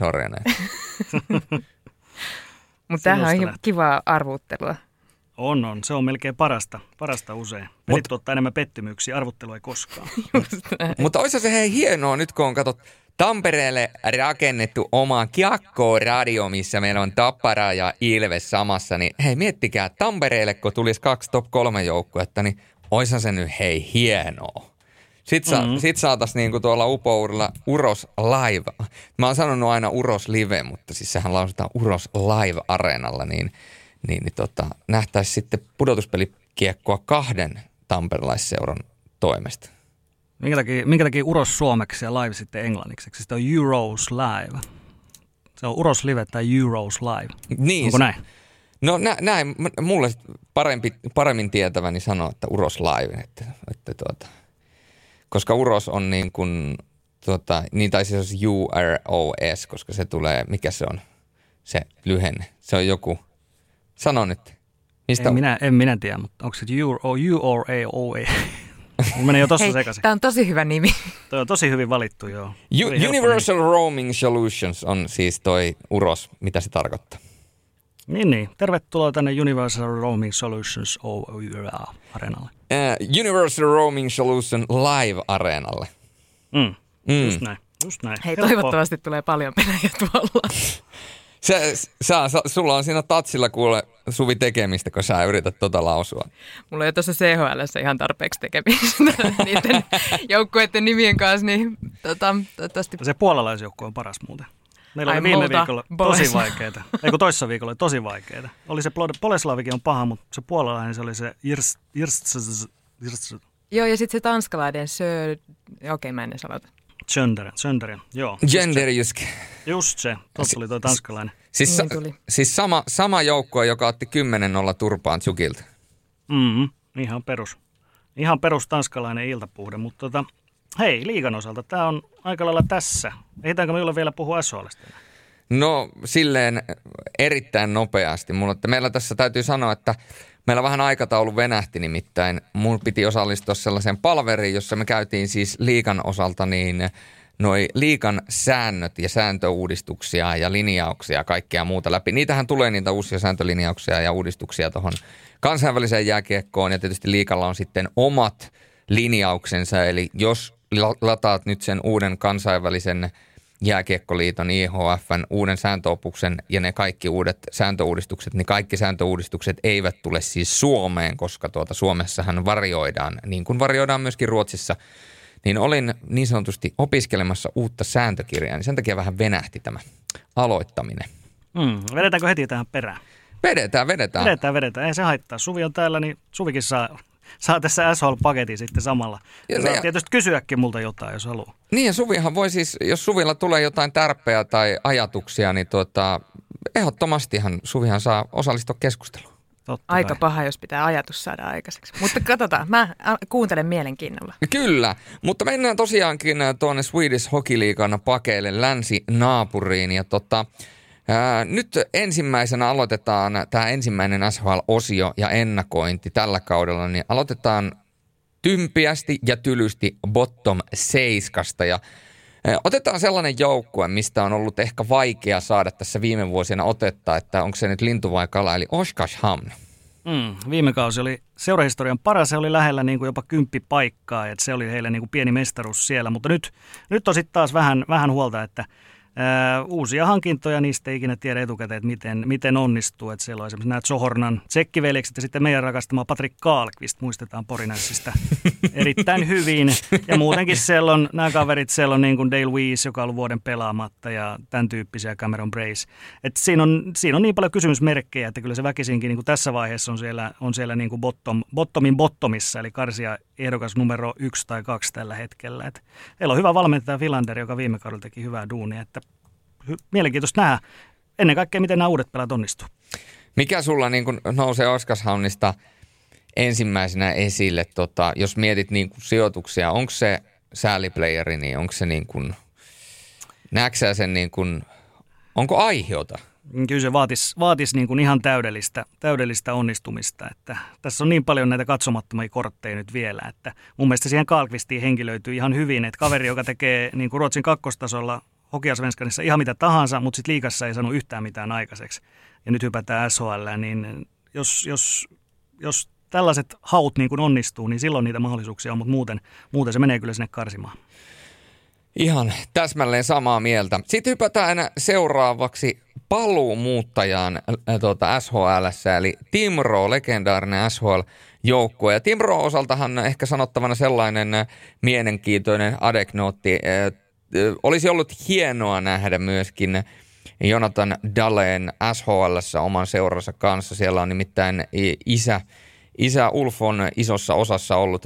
Mutta tämähän on kivaa arvuttelua. On. Se on melkein parasta usein. Pelit tuottaa enemmän pettymyksiä, arvuttelu ei koskaan. Mutta olisi se hienoa nyt, kun on Tampereelle rakennettu oma kiekko-radio, missä meillä on Tappara ja Ilves samassa, niin hei miettikää, Tampereelle kun tulisi 2 top 3 joukkuetta, niin oishan se nyt hienoa. Sitten saataisiin niinku tuolla Upourilla Uros Live. Mä oon sanonut aina Uros Live, mutta siis sehän lausutaan Uros Live-areenalla, niin nähtäisiin sitten pudotuspelikiekkoa 2 tamperelaisseuran toimesta. Minkä takia Uros suomeksi ja Live sitten englanniksi? Se on Euros Live. Se on Uros Live tai Euros Live. Niin. Onko näin? No näin. Mulle paremmin tietäväni sanoa, että Uros Live. Koska Uros on niin kuin, niin tai siis UROS, koska se tulee, mikä se on, se lyhenne. Se on joku, sano nyt. Mistä En minä tiedä, mutta onko se URAOA? Meni jo tossa sekaisin. Tämä on tosi hyvä nimi. Toi on tosi hyvin valittu, joo. Universal Roaming Solutions on siis toi UROS, mitä se tarkoittaa. Niin. Tervetuloa tänne Universal Roaming Solutions Areenalle. Universal Roaming Solution Live-areenalle. Just näin. Hei, toivottavasti tulee paljon pelejä tuolla. Sulla on siinä tatsilla kuule Suvi tekemistä, kun sä yrität lausua. Mulla ei tuossa CHL:ssä ihan tarpeeksi tekemistä niiden joukkueiden nimien kanssa, niin toivottavasti. Se puolalaisjoukkue on paras muuten. Meillä oli viime viikolla tosi vaikeita. Toissa viikolla oli tosi vaikeita. Oli se Boleslavikin on paha, mutta se puolalainen se oli se Joo, ja sitten se tanskalainen okei, mä en edes aloita. Sönderen, joo. Genderjysk. Just se, tuossa oli tuo tanskalainen. Siis sama joukkue, joka otti 10-0 turpaan Tsukilta. Ihan perus tanskalainen iltapuhde, mutta hei, liigan osalta, tämä on aika lailla tässä. Ehditäänkö minulle vielä puhua SHL:stä? No silleen erittäin nopeasti. Meillä tässä täytyy sanoa, että meillä vähän aikataulu venähti nimittäin. Mun piti osallistua sellaiseen palveriin, jossa me käytiin siis liigan osalta niin noi liigan säännöt ja sääntöuudistuksia ja linjauksia ja kaikkea muuta läpi. Niitähän tulee niitä uusia sääntölinjauksia ja uudistuksia tuohon kansainväliseen jääkiekkoon ja tietysti liigalla on sitten omat linjauksensa. Eli jos lataat nyt sen uuden kansainvälisen jääkiekkoliiton, IHF:n uuden sääntöopuksen ja ne kaikki uudet sääntöuudistukset, niin kaikki sääntöuudistukset eivät tule siis Suomeen, koska Suomessahan varjoidaan, niin kuin varjoidaan myöskin Ruotsissa, niin olin niin sanotusti opiskelemassa uutta sääntökirjaa, niin sen takia vähän venähti tämä aloittaminen. Vedetäänkö heti tähän perään? Vedetään. Ei se haittaa. Suvi on täällä, niin Suvikin saa tässä SHL-paketin sitten samalla. Ja saa tietysti kysyäkin multa jotain, jos haluaa. Niin ja Suvihan voi siis, jos Suvilla tulee jotain tärpeää tai ajatuksia, niin ehdottomastihan Suvihan saa osallistua keskusteluun. Aika paha, jos pitää ajatus saada aikaiseksi. Mutta katsotaan, mä kuuntelen mielenkiinnolla. Kyllä, mutta mennään tosiaankin tuonne Swedish Hockey Leaguean pakeille länsinaapuriin ja nyt ensimmäisenä aloitetaan tämä ensimmäinen SHL-osio ja ennakointi tällä kaudella, niin aloitetaan tympiästi ja tylysti bottom 7 ja otetaan sellainen joukkue, mistä on ollut ehkä vaikea saada tässä viime vuosina otetta, että onko se nyt lintu vai kala, eli Oskarshamn. Viime kausi oli seurahistorian paras, se oli lähellä niin kuin jopa 10 paikkaa, että se oli heille niin kuin pieni mestaruus siellä, mutta nyt on sitten taas vähän huolta, että uusia hankintoja, niistä ei ikinä tiedä etukäteen, että miten onnistuu. Että siellä on esimerkiksi nämä Zohornan tsekkiveljekset ja sitten meidän rakastama Patrik Kaalqvist, muistetaan Porinässistä erittäin hyvin. Ja muutenkin siellä on nämä kaverit, siellä on niin kuin Dale Weiss, joka on ollut vuoden pelaamatta ja tämän tyyppisiä Cameron Brace. Että siinä on niin paljon kysymysmerkkejä, että kyllä se väkisinkin niin kuin tässä vaiheessa on siellä niin kuin bottomin bottomissa, eli karsia ehdokas numero 1 tai 2 tällä hetkellä. Et heillä on hyvä valmentaja Filander, joka viime kaudella teki hyvää duunia, että mielenkiintoista nähdä ennen kaikkea, miten nämä uudet pelaat onnistuu. Mikä sulla niin kun nousee Oskarshamnista ensimmäisenä esille, jos mietit niin kun sijoituksia, onko se sääliplayeri, niin onko se niin kun, näetkö sen niin kun, onko aiheota? Kyllä se vaatisi niin kuin ihan täydellistä onnistumista. Että tässä on niin paljon näitä katsomattomia kortteja nyt vielä, että mun mielestä siihen Kaalqvistiin henkilöityy ihan hyvin, että kaveri, joka tekee niin kuin Ruotsin kakkostasolla Hockeyallsvenskanissa ihan mitä tahansa, mutta sitten liigassa ei saanut yhtään mitään aikaiseksi. Ja nyt hypätään SHL, niin jos tällaiset haut niin kuin onnistuu, niin silloin niitä mahdollisuuksia on, mutta muuten se menee kyllä sinne karsimaan. Ihan täsmälleen samaa mieltä. Sitten hypätään seuraavaksi paluumuuttajaan SHL:ssä, eli Timroo, legendaarinen SHL-joukkue. Ja Timroo osaltahan ehkä sanottavana sellainen mielenkiintoinen anekdootti. Olisi ollut hienoa nähdä myöskin Jonathan Dahlén SHL:ssä oman seuransa kanssa. Siellä on nimittäin isä Ulf on isossa osassa ollut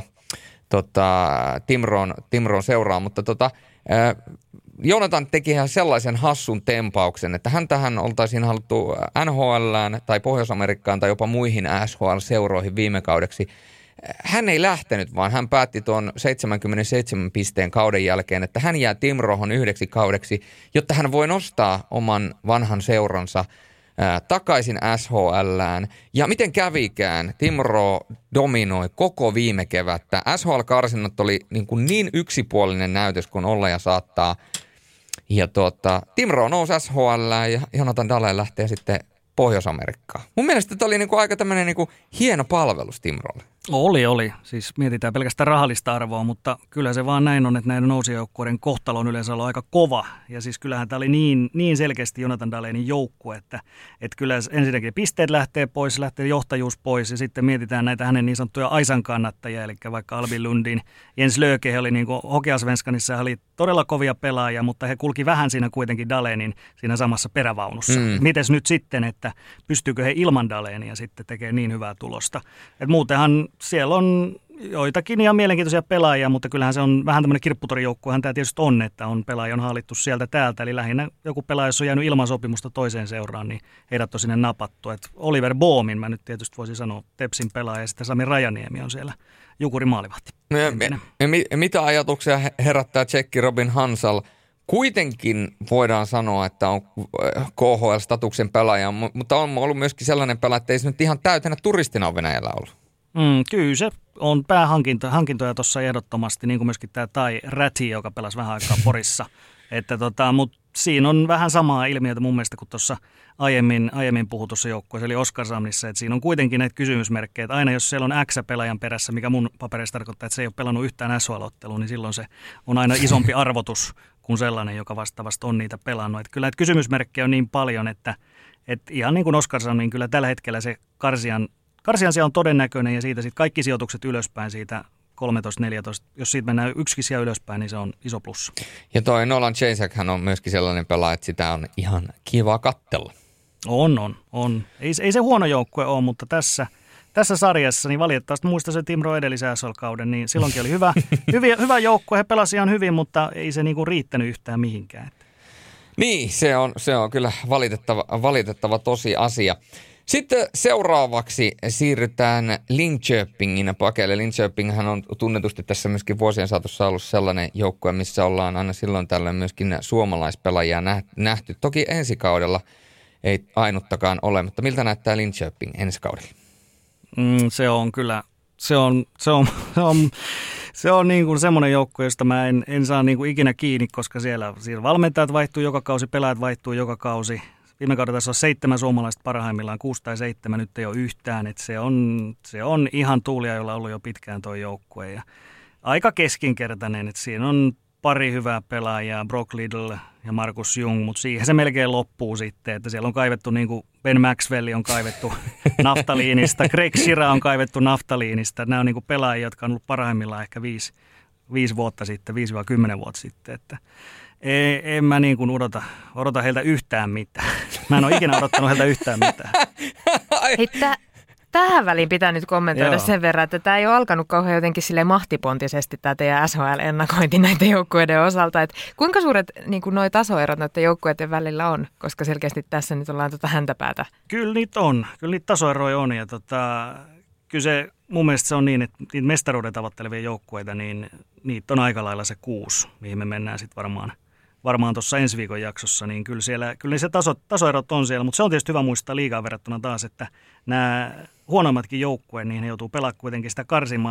Timroon seuraa, mutta Jonathan teki ihan sellaisen hassun tempauksen, että häntähän oltaisiin haluttu NHL:ään tai Pohjois-Amerikkaan tai jopa muihin SHL-seuroihin viime kaudeksi. Hän ei lähtenyt, vaan hän päätti tuon 77 pisteen kauden jälkeen, että hän jää Timroohon 9 kaudeksi, jotta hän voi nostaa oman vanhan seuransa takaisin SHLään. Ja miten kävikään, Timroo dominoi koko viime kevättä. SHL-karsinnat oli niin yksipuolinen näytös kuin olla ja saattaa. Ja Timroo nousi SHLään ja Jonathan Dahlin lähtee sitten Pohjois-Amerikkaan. Mun mielestä tämä oli aika tämmöinen hieno palvelus Timroolle. Oli. Siis mietitään pelkästään rahallista arvoa, mutta kyllä se vaan näin on, että näiden nousijoukkueiden kohtalo on yleensä ollut aika kova. Ja siis kyllähän tämä oli niin selkeästi Jonathan Dahlinin joukkue, että kyllä ensinnäkin pisteet lähtee johtajuus pois ja sitten mietitään näitä hänen niin sanottuja Aisan kannattajia, eli vaikka Albin Lundin, Jens Löke, he oli Hokeasvenskanissa, he oli todella kovia pelaajia, mutta he kulki vähän siinä kuitenkin Dahlenin siinä samassa perävaunussa. Mites nyt sitten, että pystyykö he ilman Dahlenia sitten tekemään niin hyvää tulosta? Et muutenhan siellä on joitakin ihan mielenkiintoisia pelaajia, mutta kyllähän se on vähän tämmöinen kirpputorijoukkuehan tämä tietysti on, että on pelaaja on hallittu sieltä täältä. Eli lähinnä joku pelaaja, jos on jäänyt ilman sopimusta toiseen seuraan, niin heidät on sinne napattu. Et Oliver Boomin mä nyt tietysti voisin sanoa Tepsin pelaaja ja sitten Sami Rajaniemi on siellä Jukuri maalivahti. Mitä ajatuksia herättää tsekki Robin Hansal? Kuitenkin voidaan sanoa, että on KHL-statuksen pelaaja, mutta on ollut myöskin sellainen pelaaja, että ei se nyt ihan täytänä turistina ole Venäjällä ollut. Kyllä se on päähankintoja tuossa ehdottomasti, niin kuin myöskin tämä Tai Räti, joka pelasi vähän aikaa Porissa. Mutta siinä on vähän samaa ilmiötä mun mielestä kuin tuossa aiemmin puhutussa joukkueessa, eli Oskarshamnissa, että siinä on kuitenkin näitä kysymysmerkkejä, että aina jos siellä on X-pelaajan perässä, mikä mun paperissa tarkoittaa, että se ei ole pelannut yhtään SHL-ottelua, niin silloin se on aina isompi arvotus kuin sellainen, joka vastaavasti on niitä pelannut. Että kyllä näitä kysymysmerkkejä on niin paljon, että ihan niin kuin Oskarshamn, niin kyllä tällä hetkellä se karsian siellä on todennäköinen ja siitä sitten kaikki sijoitukset ylöspäin siitä 13-14. Jos siitä mennään yksikin siellä ylöspäin, niin se on iso plussa. Ja toi Nolan Jasekhän on myöskin sellainen pelaaja, että sitä on ihan kiva katsella. On. Ei se huono joukkue ole, mutta tässä sarjassa, niin valitettavasti muista se Timroo edellisen SHL-kauden, niin silloinkin oli hyvä joukkue. He pelasivat ihan hyvin, mutta ei se riittänyt yhtään mihinkään. Niin, se on kyllä valitettava tosi asia. Sitten seuraavaksi siirrytään Linköpingin pakeille. Linköpinghän on tunnetusti tässä myöskin vuosien saatossa ollut sellainen joukkue, missä ollaan aina silloin tällöin myöskin suomalaispelaajia nähty. Toki ensi kaudella ei ainuttakaan ole, mutta miltä näyttää Linköping ensi kaudella? Se on kyllä, se on niin kuin semmoinen joukkue, josta mä en saa niin kuin ikinä kiinni, koska siellä valmentajat vaihtuu joka kausi, pelaajat vaihtuu joka kausi. Viime kaudella tässä on 7 suomalaista parhaimmillaan, 6 tai 7 nyt ei ole yhtään. Että se on ihan tuulia, jolla on ollut jo pitkään tuo joukkue. Ja aika keskinkertainen, että siinä on pari hyvää pelaajaa, Brock Liddell ja Markus Jung, mutta siihen se melkein loppuu sitten. Että siellä on kaivettu, niin kuin Ben Maxwell on kaivettu naftaliinista, Greg Shira on kaivettu naftaliinista. Nämä on niin kuin pelaajia, jotka on ollut parhaimmillaan ehkä 5 vuotta sitten, 5-10 vuotta sitten, että en mä niin kuin odota heiltä yhtään mitään. Mä en ole ikinä odottanut heiltä yhtään mitään. Hei, tähän väliin pitää nyt kommentoida sen verran, että tämä ei ole alkanut kauhean jotenkin silleen mahtipontisesti tämä teidän SHL-ennakointi näiden joukkueiden osalta. Että kuinka suuret niin kuin nuo tasoerot näiden joukkueiden välillä on, koska selkeästi tässä nyt ollaan häntäpäätä. Kyllä niitä tasoeroja on ja kyllä se mun mielestä se on niin, että niitä mestaruuden tavoittelevia joukkueita, niin niitä on aika lailla se 6, mihin me mennään sitten varmaan tuossa ensi viikon jaksossa, niin kyllä se tasoerot on siellä, mutta se on tietysti hyvä muistaa liigaan verrattuna taas, että nämä huonommatkin joukkueet, niin he joutuu pelaamaan kuitenkin sitä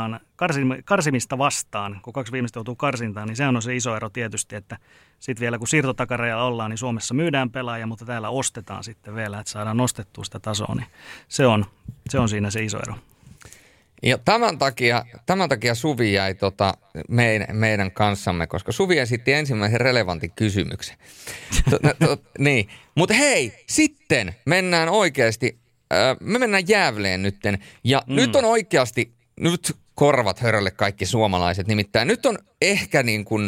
karsimista vastaan, kun 2 viimeistä joutuu karsintaan, niin se on se iso ero tietysti, että sitten vielä kun siirtotakarajalla ollaan, niin Suomessa myydään pelaajia, mutta täällä ostetaan sitten vielä, että saadaan nostettua sitä tasoa, niin se on siinä se iso ero. Ja tämän takia Suvi jäi meidän kanssamme, koska Suvi esitti ensimmäisen relevantin kysymyksen. Niin. Mutta hei, sitten mennään oikeasti, me mennään Gävleen nytten. Ja nyt on oikeasti, nyt korvat hörölle kaikki suomalaiset. Nimittäin nyt on ehkä niin kuin,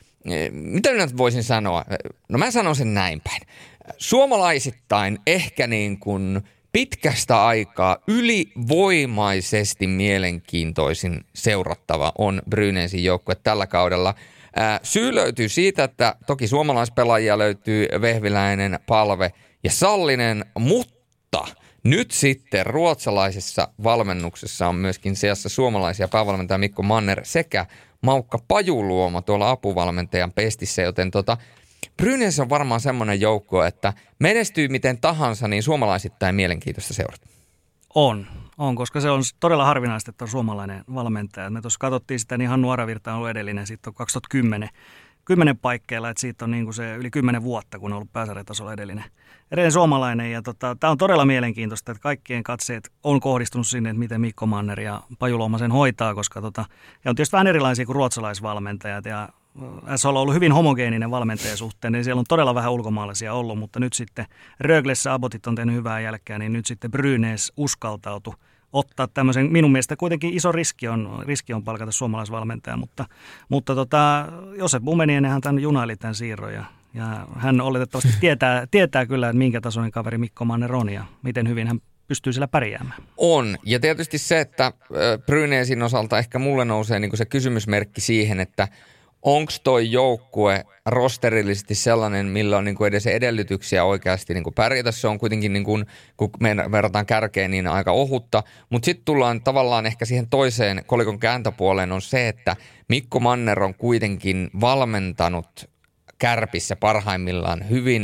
mitä minä voisin sanoa? No mä sanon sen näin päin. Suomalaisittain ehkä niin kuin pitkästä aikaa ylivoimaisesti mielenkiintoisin seurattava on Brynäsin joukkue tällä kaudella. Syy löytyy siitä, että toki suomalaispelaajia löytyy Vehviläinen, Palve ja Sallinen, mutta nyt sitten ruotsalaisessa valmennuksessa on myöskin seassa suomalaisia päävalmentaja Mikko Manner sekä Maukka Pajuluoma tuolla apuvalmentajan pestissä, joten Brynäs on varmaan semmoinen joukko, että menestyy miten tahansa, niin suomalaisittain mielenkiintoista seurata. On, koska se on todella harvinaista, että on suomalainen valmentaja. Me tuossa katsottiin sitä, niin Hannu Aravirta on ollut edellinen, sitten on 2010 paikkeilla, että siitä on niin kuin se yli 10 vuotta, kun on ollut pääsarjatasolla edellinen suomalainen. Ja tämä on todella mielenkiintoista, että kaikkien katseet on kohdistunut sinne, että miten Mikko Manner ja Paju Louma sen hoitaa, koska ja on tietysti vähän erilaisia kuin ruotsalaisvalmentajat, ja SHL on ollut hyvin homogeeninen valmentajan suhteen, niin siellä on todella vähän ulkomaalaisia ollut, mutta nyt sitten Röglessä Abbotit on tehnyt hyvää jälkeä, niin nyt sitten Brynäs uskaltautui ottaa tämmöisen, minun mielestä kuitenkin iso riski on palkata suomalaisvalmentaja, mutta Josep Bumenienenhän tämän junaili tämän siirron ja hän oletettavasti tietää kyllä, että minkä tasoinen kaveri Mikko Manner on ja miten hyvin hän pystyy sillä pärjäämään. On, ja tietysti se, että Brynäsin osalta ehkä mulle nousee niin kuin se kysymysmerkki siihen, että onko toi joukkue rosterillisesti sellainen, millä on niin kuin edes edellytyksiä oikeasti niin kuin pärjätä? Se on kuitenkin, niin kuin, kun me verrataan kärkeen, niin aika ohutta. Mutta sitten tullaan tavallaan ehkä siihen toiseen kolikon kääntöpuoleen on se, että Mikko Manner on kuitenkin valmentanut Kärpissä parhaimmillaan hyvin,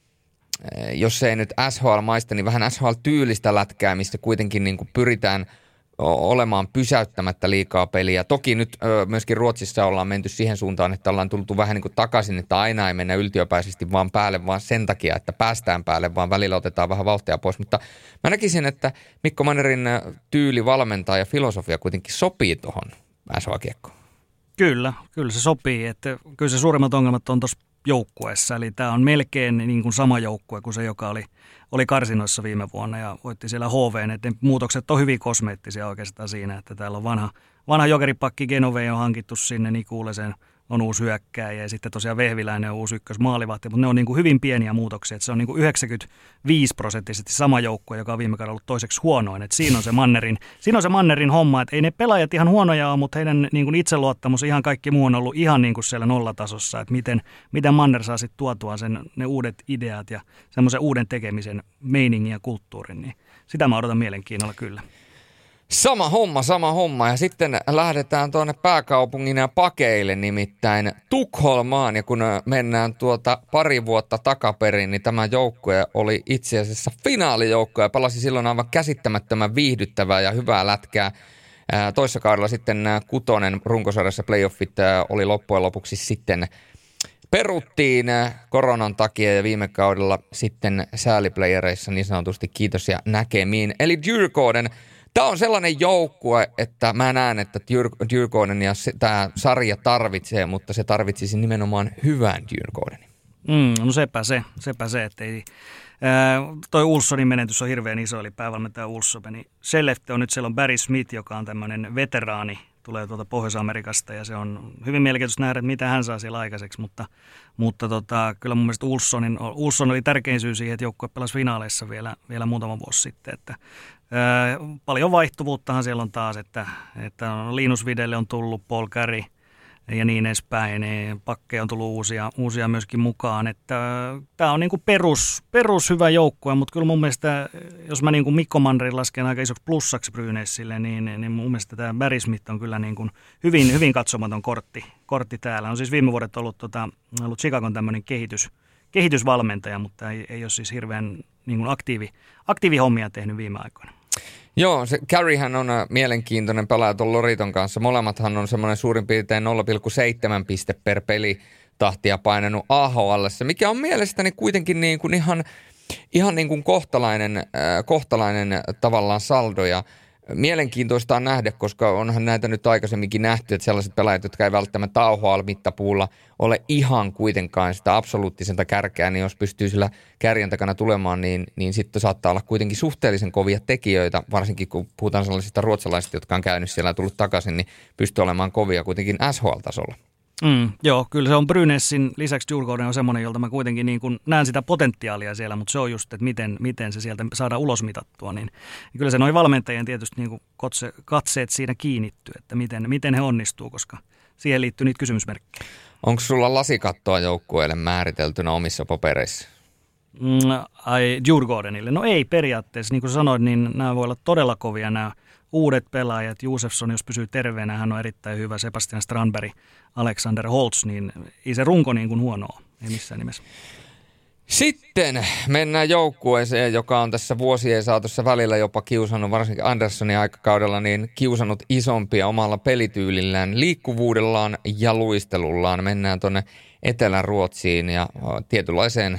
jos ei nyt SHL-maista, niin vähän SHL-tyylistä lätkää, mistä kuitenkin niin kuin pyritään olemaan pysäyttämättä liikaa peliä. Toki nyt myöskin Ruotsissa ollaan menty siihen suuntaan, että ollaan tultu vähän niin kuin takaisin, että aina ei mennä yltiöpäisesti vaan päälle, vaan sen takia, että päästään päälle, vaan välillä otetaan vähän vauhtia pois. Mutta mä näkisin, että Mikko Mannerin tyyli valmentaa ja filosofia kuitenkin sopii tuohon SHL-kiekkoon. Kyllä se sopii. Että kyllä se suurimmat ongelmat on tuossa joukkueessa, eli tämä on melkein niin kuin sama joukkue kuin se, joka oli karsinoissa viime vuonna ja voitti siellä HV:n, että muutokset on hyvin kosmeettisia oikeastaan siinä, että täällä on vanha jokeripakki Genove on hankittu sinne, Nikulesen on uusi hyökkääjä ja sitten tosiaan Vehviläinen on uusi ykkösmaalivahti, mutta ne on niin kuin hyvin pieniä muutoksia, että se on niin kuin 95% sama joukkue, joka on viime kaudella ollut toiseksi huonoin, että siinä on se Mannerin homma, että ei ne pelaajat ihan huonoja ole, mutta heidän niin kuin itseluottamus ja ihan kaikki muu on ollut ihan niin kuin siellä nollatasossa, että miten Manner saa sitten tuotua ne uudet ideat ja semmoisen uuden tekemisen meiningin ja kulttuurin, niin sitä mä odotan mielenkiinnolla kyllä. Sama homma. Ja sitten lähdetään tuonne pääkaupungin ja pakeille, nimittäin Tukholmaan. Ja kun mennään pari vuotta takaperin, niin tämä joukkue oli itse asiassa finaalijoukkoja. Palasi silloin aivan käsittämättömän viihdyttävää ja hyvää lätkää. Toissa kaudella sitten kutonen runkosarjassa playoffit oli loppujen lopuksi sitten peruttiin koronan takia ja viime kaudella sitten sääliplayereissa niin sanotusti kiitos ja näkemiin. Eli Djurgården. Tämä on sellainen joukkue, että mä näen, että Djurgården ja tämä sarja tarvitsee, mutta se tarvitsisi nimenomaan hyvän Djurgårdenin. No sepä se, että ei. Toi Ulssonin menetys on hirveän iso, eli päävalmentaja Ulsson. Niin Sellefte on nyt, siellä on Barry Smith, joka on tämmöinen veteraani, tulee tuolta Pohjois-Amerikasta, ja se on hyvin mielenkiintoista nähdä, että mitä hän saa siellä aikaiseksi, mutta kyllä mun mielestä Ulsson oli tärkein syy siihen, että joukkue pelasi finaaleissa vielä muutama vuosi sitten, että paljon vaihtuvuuttahan siellä on taas, että Linus Videlle on tullut, Paul Carey ja niin edespäin. Pakkeja on tullut uusia myöskin mukaan. Että tämä on niinku perus hyvä joukkue, mutta kyllä mun mielestä, jos mä niinku Mikko Mannerin lasken aika isoksi plussaksi Brynäsille, niin mun mielestä tämä Barry Smith on kyllä niinku hyvin katsomaton kortti täällä. On siis viime vuodet ollut Chicagon tämmöinen kehitysvalmentaja, mutta ei ole siis hirveän niin aktiivihommia tehnyt viime aikoina. Joo, se Careyhän on mielenkiintoinen pelaaja tuon Loriton kanssa. Molemmathan on semmoinen suurin piirtein 0,7 piste per peli tahtia painanut AHL:ssä, mikä on mielestäni kuitenkin niin kuin ihan niin kuin kohtalainen tavallaan saldo ja mielenkiintoista on nähdä, koska onhan näitä nyt aikaisemminkin nähty, että sellaiset pelaajat, jotka ei välttämättä AHL-mittapuulla ole ihan kuitenkaan sitä absoluuttisenta kärkeä, niin jos pystyy sillä kärjen takana tulemaan, niin sitten saattaa olla kuitenkin suhteellisen kovia tekijöitä, varsinkin kun puhutaan sellaisista ruotsalaisista, jotka on käynyt siellä ja tullut takaisin, niin pystyy olemaan kovia kuitenkin SHL-tasolla. Joo, kyllä se on Brynäsin lisäksi Djurgården on semmoinen, jolta mä kuitenkin niin kuin näen sitä potentiaalia siellä, mutta se on just, että miten se sieltä saadaan ulosmitattua, niin kyllä se noin valmentajien tietysti niin kuin katseet siinä kiinnittyy, että miten he onnistuu, koska siihen liittyy niitä kysymysmerkkejä. Onko sulla lasikattoa joukkueelle määriteltynä omissa papereissa? Djurgårdenille? No ei periaatteessa, niin kuin sanoit, niin nämä voi olla todella kovia nämä uudet pelaajat. Josefsson, jos pysyy terveenä, hän on erittäin hyvä. Sebastian Strandberg, Alexander Holtz, niin ei se runko niin kuin huonoa. ei missään nimessä. Sitten mennään joukkueeseen, joka on tässä vuosien saatossa välillä jopa kiusannut, varsinkin Anderssonin aikakaudella, niin kiusannut isompia omalla pelityylillään, liikkuvuudellaan ja luistelullaan. Mennään tuonne Etelä-Ruotsiin ja tietynlaiseen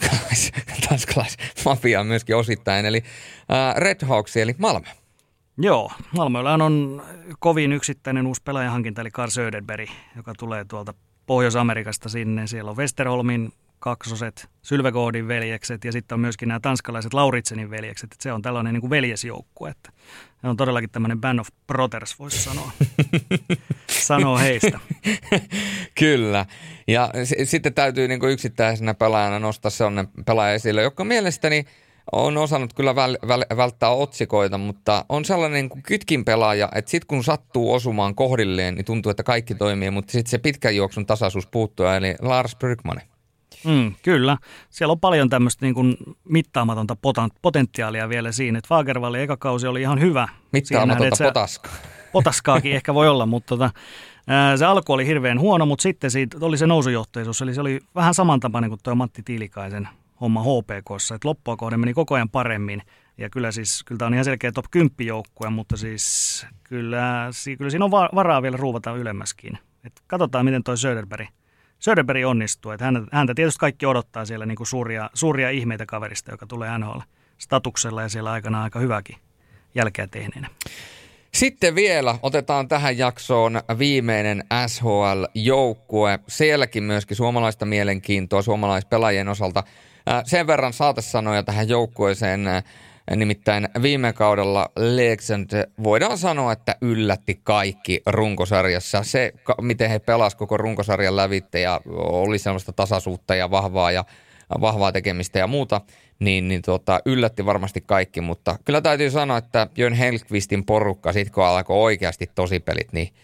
tanskalaismafiaan myöskin osittain, eli Red Hawks, eli Malmö. Joo, Malmöllä on kovin yksittäinen uusi pelaajahankinta, eli Carl Söderberg, joka tulee tuolta Pohjois-Amerikasta sinne. Siellä on Westerholmin kaksoset, Sylvegoodin veljekset ja sitten on myöskin nämä tanskalaiset Lauritsenin veljekset. Että se on tällainen niin kuin veljesjoukkue. Että se on todellakin tämmöinen band of brothers, voisi sanoa. Sanoo heistä. Kyllä. Ja sitten täytyy niin kuin yksittäisenä pelaajana nostaa sellainen pelaaja esille, joka mielestäni on osannut kyllä välttää otsikoita, mutta on sellainen niin kuin kytkin pelaaja, että sitten kun sattuu osumaan kohdilleen, niin tuntuu, että kaikki toimii, mutta sitten se pitkän juoksun tasaisuus puuttuu, eli Lars Brygman. Kyllä. Siellä on paljon tämmöistä niin kuin mittaamatonta potentiaalia vielä siinä, että Fagervallin eka kausi oli ihan hyvä. Mittaamatonta potaskaa. Potaskaakin ehkä voi olla, mutta se alku oli hirveän huono, mutta sitten siitä oli se nousujohteisuus, eli se oli vähän samantapainen kuin tuo Matti Tiilikaisen homma HPK:ssa, että loppua kohden meni koko ajan paremmin. Ja kyllä tämä on ihan selkeä top 10 joukkue, mutta siis kyllä siinä on varaa vielä ruuvata ylemmäskin. Et katsotaan, miten toi Söderberg onnistuu. Että häntä tietysti kaikki odottaa siellä niin kuin suuria ihmeitä kaverista, joka tulee NHL-statuksella ja siellä aikana aika hyväkin jälkeä tehneenä. Sitten vielä otetaan tähän jaksoon viimeinen SHL-joukkue. Sielläkin myöskin suomalaista mielenkiintoa suomalaispelaajien osalta. Sen verran saatesanoja tähän joukkueeseen, nimittäin viime kaudella Leksand voidaan sanoa, että yllätti kaikki runkosarjassa. Se, miten he pelasivat koko runkosarjan lävitse ja oli sellaista tasaisuutta ja vahvaa tekemistä ja muuta, niin yllätti varmasti kaikki, mutta kyllä täytyy sanoa, että Jörn Hellqvistin porukka, sit kun alkoi oikeasti tosipelit, niin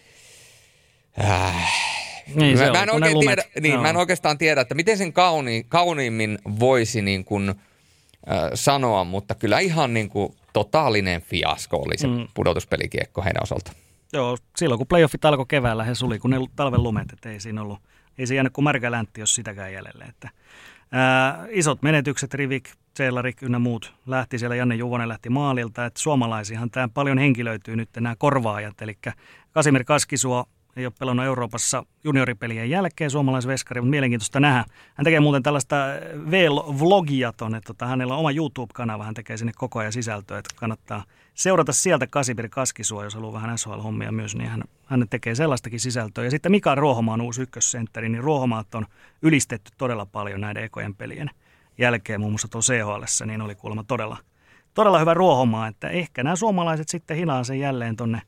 mä en oikeastaan tiedä, että miten sen kauniimmin voisi niin kuin sanoa, mutta kyllä ihan niin kuin totaalinen fiasko oli se pudotuspelikiekko heidän osalta. Joo, silloin kun playoffit alkoi keväällä, he suli kun ne talven lumet, että ei se jäänyt kuin märkä läntti, jos sitäkään jäljelle. Että, isot menetykset, Rivik, Tselarik ynnä muut lähti siellä, Janne Juvonen lähti maalilta, että suomalaisihan tämä paljon henkilöityy nyt nämä korvaajat, eli Kasimir Kaskisuo ei ole pelannut Euroopassa junioripelien jälkeen suomalaisveskari, mutta mielenkiintoista nähdä. Hän tekee muuten tällaista vlogia että hänellä on oma YouTube-kanava, hän tekee sinne koko ajan sisältöä, että kannattaa seurata sieltä Kasimir Kaskisua, jos haluaa vähän SHL-hommia myös, niin hän tekee sellaistakin sisältöä. Ja sitten Mika Ruohomaa on uusi ykkössentteri, niin Ruohomaat on ylistetty todella paljon näiden ekojen pelien jälkeen, muun muassa tuo CHL:ssä, niin oli kuulemma todella hyvä Ruohomaa, että ehkä nämä suomalaiset sitten hilaa sen jälleen tonne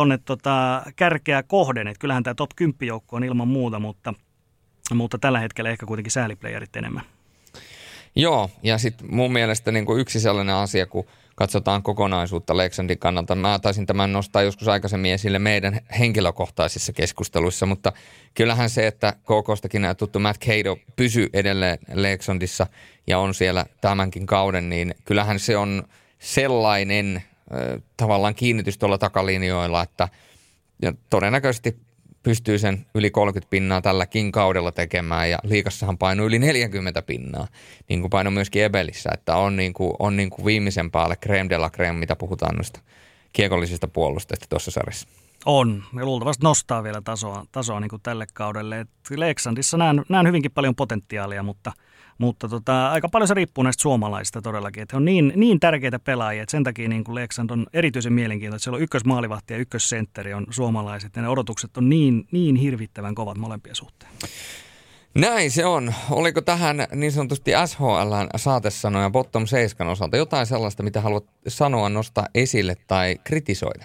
kärkeä kohden, että kyllähän tämä top 10 joukko on ilman muuta, mutta tällä hetkellä ehkä kuitenkin sääliplayerit enemmän. Joo, ja sitten mun mielestä niin kuin yksi sellainen asia, kun katsotaan kokonaisuutta Leksandin kannalta, mä taisin tämän nostaa joskus aikaisemmin esille meidän henkilökohtaisissa keskusteluissa, mutta kyllähän se, että KK:stakin tuttu Matt Cato pysyy edelleen Leksandissa ja on siellä tämänkin kauden, niin kyllähän se on sellainen tavallaan kiinnitys tuolla takalinjoilla, että todennäköisesti pystyy sen yli 30 pinnaa tälläkin kaudella tekemään ja liigassahan painuu yli 40 pinnaa, niin kuin painoi myöskin Ebelissä, että on niin kuin viimeisen päälle crème de la crème, mitä puhutaan noista kiekollisista puolustajista tuossa sarjassa. On, ja luultavasti nostaa vielä tasoa niin kuin tälle kaudelle. Leksandissa näen hyvinkin paljon potentiaalia, mutta aika paljon se riippuu näistä suomalaisista todellakin. Että he on niin tärkeitä pelaajia, että sen takia niin kuin Leksand on erityisen mielenkiintoinen, että siellä on ykkösmaalivahti ja ykkössentteri on suomalaiset, ja ne odotukset on niin hirvittävän kovat molempien suhteen. Näin se on. Oliko tähän niin sanotusti SHL:n saatesanoja Bottom 7 osalta jotain sellaista, mitä haluat sanoa, nostaa esille tai kritisoida?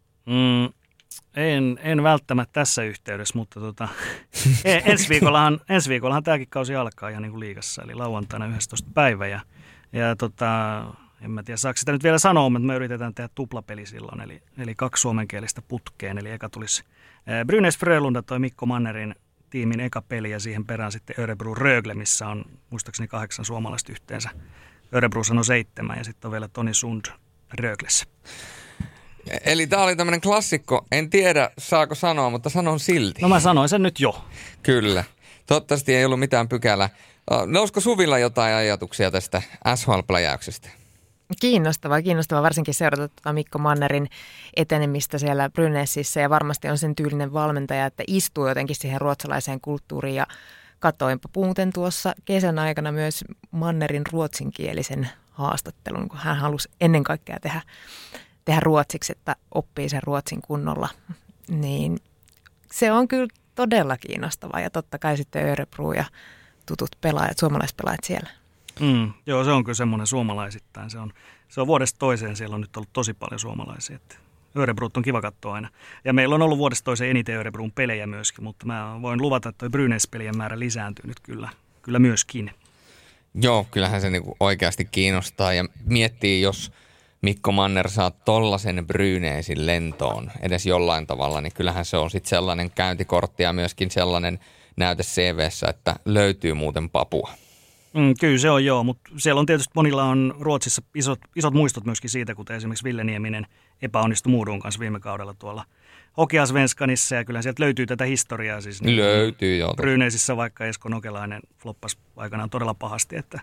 En välttämättä tässä yhteydessä, mutta ensi viikollahan tämäkin kausi alkaa ihan niin kuin liigassa, eli lauantaina 11. päivä. Ja en mä tiedä, saako sitä nyt vielä sanoa, mutta me yritetään tehdä tuplapeli silloin, eli 2 suomenkielistä putkeen. Eli eka tulisi Brynäs Frölunda, toi Mikko Mannerin tiimin eka peli, ja siihen perään sitten Örebro Rögle, missä on muistaakseni 8 suomalaista yhteensä. Örebro sanoi 7, ja sitten on vielä Toni Sund Röglessä. Eli tämä oli tämmöinen klassikko. En tiedä, saako sanoa, mutta sanon silti. No mä sanoin sen nyt jo. Kyllä. Toivottavasti ei ollut mitään pykälää. Nousko Suvilla jotain ajatuksia tästä SHL-pläjäyksestä? Kiinnostavaa varsinkin seurata Mikko Mannerin etenemistä siellä Brynäsissä ja varmasti on sen tyylinen valmentaja, että istuu jotenkin siihen ruotsalaiseen kulttuuriin ja katoinpa muuten tuossa kesän aikana myös Mannerin ruotsinkielisen haastattelun, kun hän halusi ennen kaikkea tehdä ruotsiksi, että oppii sen ruotsin kunnolla, niin se on kyllä todella kiinnostavaa ja totta kai sitten Örebro ja tutut pelaajat, suomalaispelaajat siellä. Joo, se on kyllä semmoinen suomalaisittain. Se on vuodesta toiseen, siellä on nyt ollut tosi paljon suomalaisia. Örebrot on kiva katsoa aina. Ja meillä on ollut vuodesta toiseen eniten Örebrun pelejä myöskin, mutta mä voin luvata, että toi Brynäs-pelien määrä lisääntyy nyt kyllä myöskin. Joo, kyllähän se niinku oikeasti kiinnostaa ja miettii, jos Mikko Manner saa tollasen Brynäsin lentoon edes jollain tavalla, niin kyllähän se on sitten sellainen käyntikortti ja myöskin sellainen näyte CV:ssä, että löytyy muuten Papua. Kyllä se on joo, mutta siellä on tietysti monilla on Ruotsissa isot muistot myöskin siitä, kuten esimerkiksi Ville Nieminen epäonnistui Moodon kanssa viime kaudella tuolla Hockeyallsvenskanissa ja kyllä sieltä löytyy tätä historiaa. Siis löytyy joo. Brynäsissä vaikka Esko Nokelainen floppasi aikanaan todella pahasti, että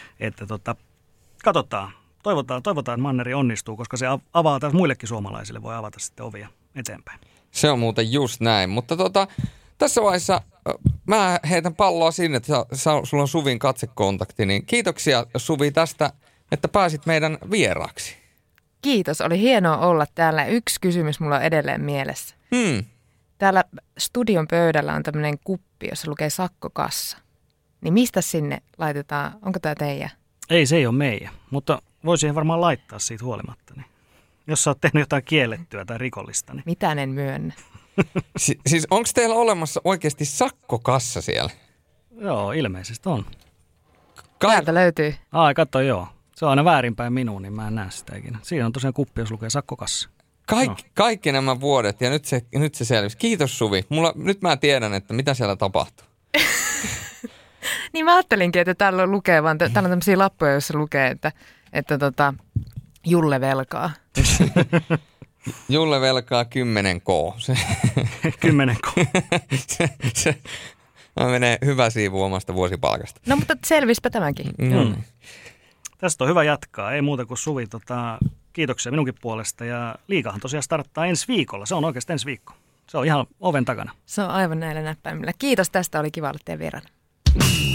katsotaan. Toivotaan, että Manneri onnistuu, koska se avaa taas muillekin suomalaisille, voi avata sitten ovia eteenpäin. Se on muuten just näin, mutta tässä vaiheessa mä heitän palloa sinne, että sulla on Suvin katsekontakti, niin kiitoksia Suvi tästä, että pääsit meidän vieraaksi. Kiitos, oli hienoa olla täällä. Yksi kysymys mulla on edelleen mielessä. Täällä studion pöydällä on tämmöinen kuppi, jossa lukee sakkokassa. Niin mistä sinne laitetaan? Onko tämä teidän? Ei, se ei ole meidän, mutta voi siihen varmaan laittaa siitä huolimatta. Niin. Jos sä oot tehnyt jotain kiellettyä tai rikollista. Niin. Mitään en myönnä. Siis onko teillä olemassa oikeasti sakkokassa siellä? Joo, ilmeisesti on. Täältä löytyy. Katso joo. Se on aina väärinpäin minuun, niin mä en näe sitä ikinä. Siinä on tosiaan kuppi, jos lukee sakkokassa. Kaikki nämä vuodet ja nyt se selvisi. Kiitos Suvi. Nyt mä tiedän, että mitä siellä tapahtuu. Niin mä ajattelinkin, että täällä lukee vaan, täällä on tämmöisiä lappuja, joissa lukee, että Julle velkaa. Julle velkaa 10K. 10K. se menee hyvä siivu omasta vuosipalkasta. No mutta selvispä tämänkin. Tästä on hyvä jatkaa. Ei muuta kuin Suvi. Kiitoksia minunkin puolesta. Ja liigahan tosiaan starttaa ensi viikolla. Se on oikeasti ensi viikko. Se on ihan oven takana. Se on aivan näillä näppäimillä. Kiitos tästä. Oli kiva olla teidän vieraana.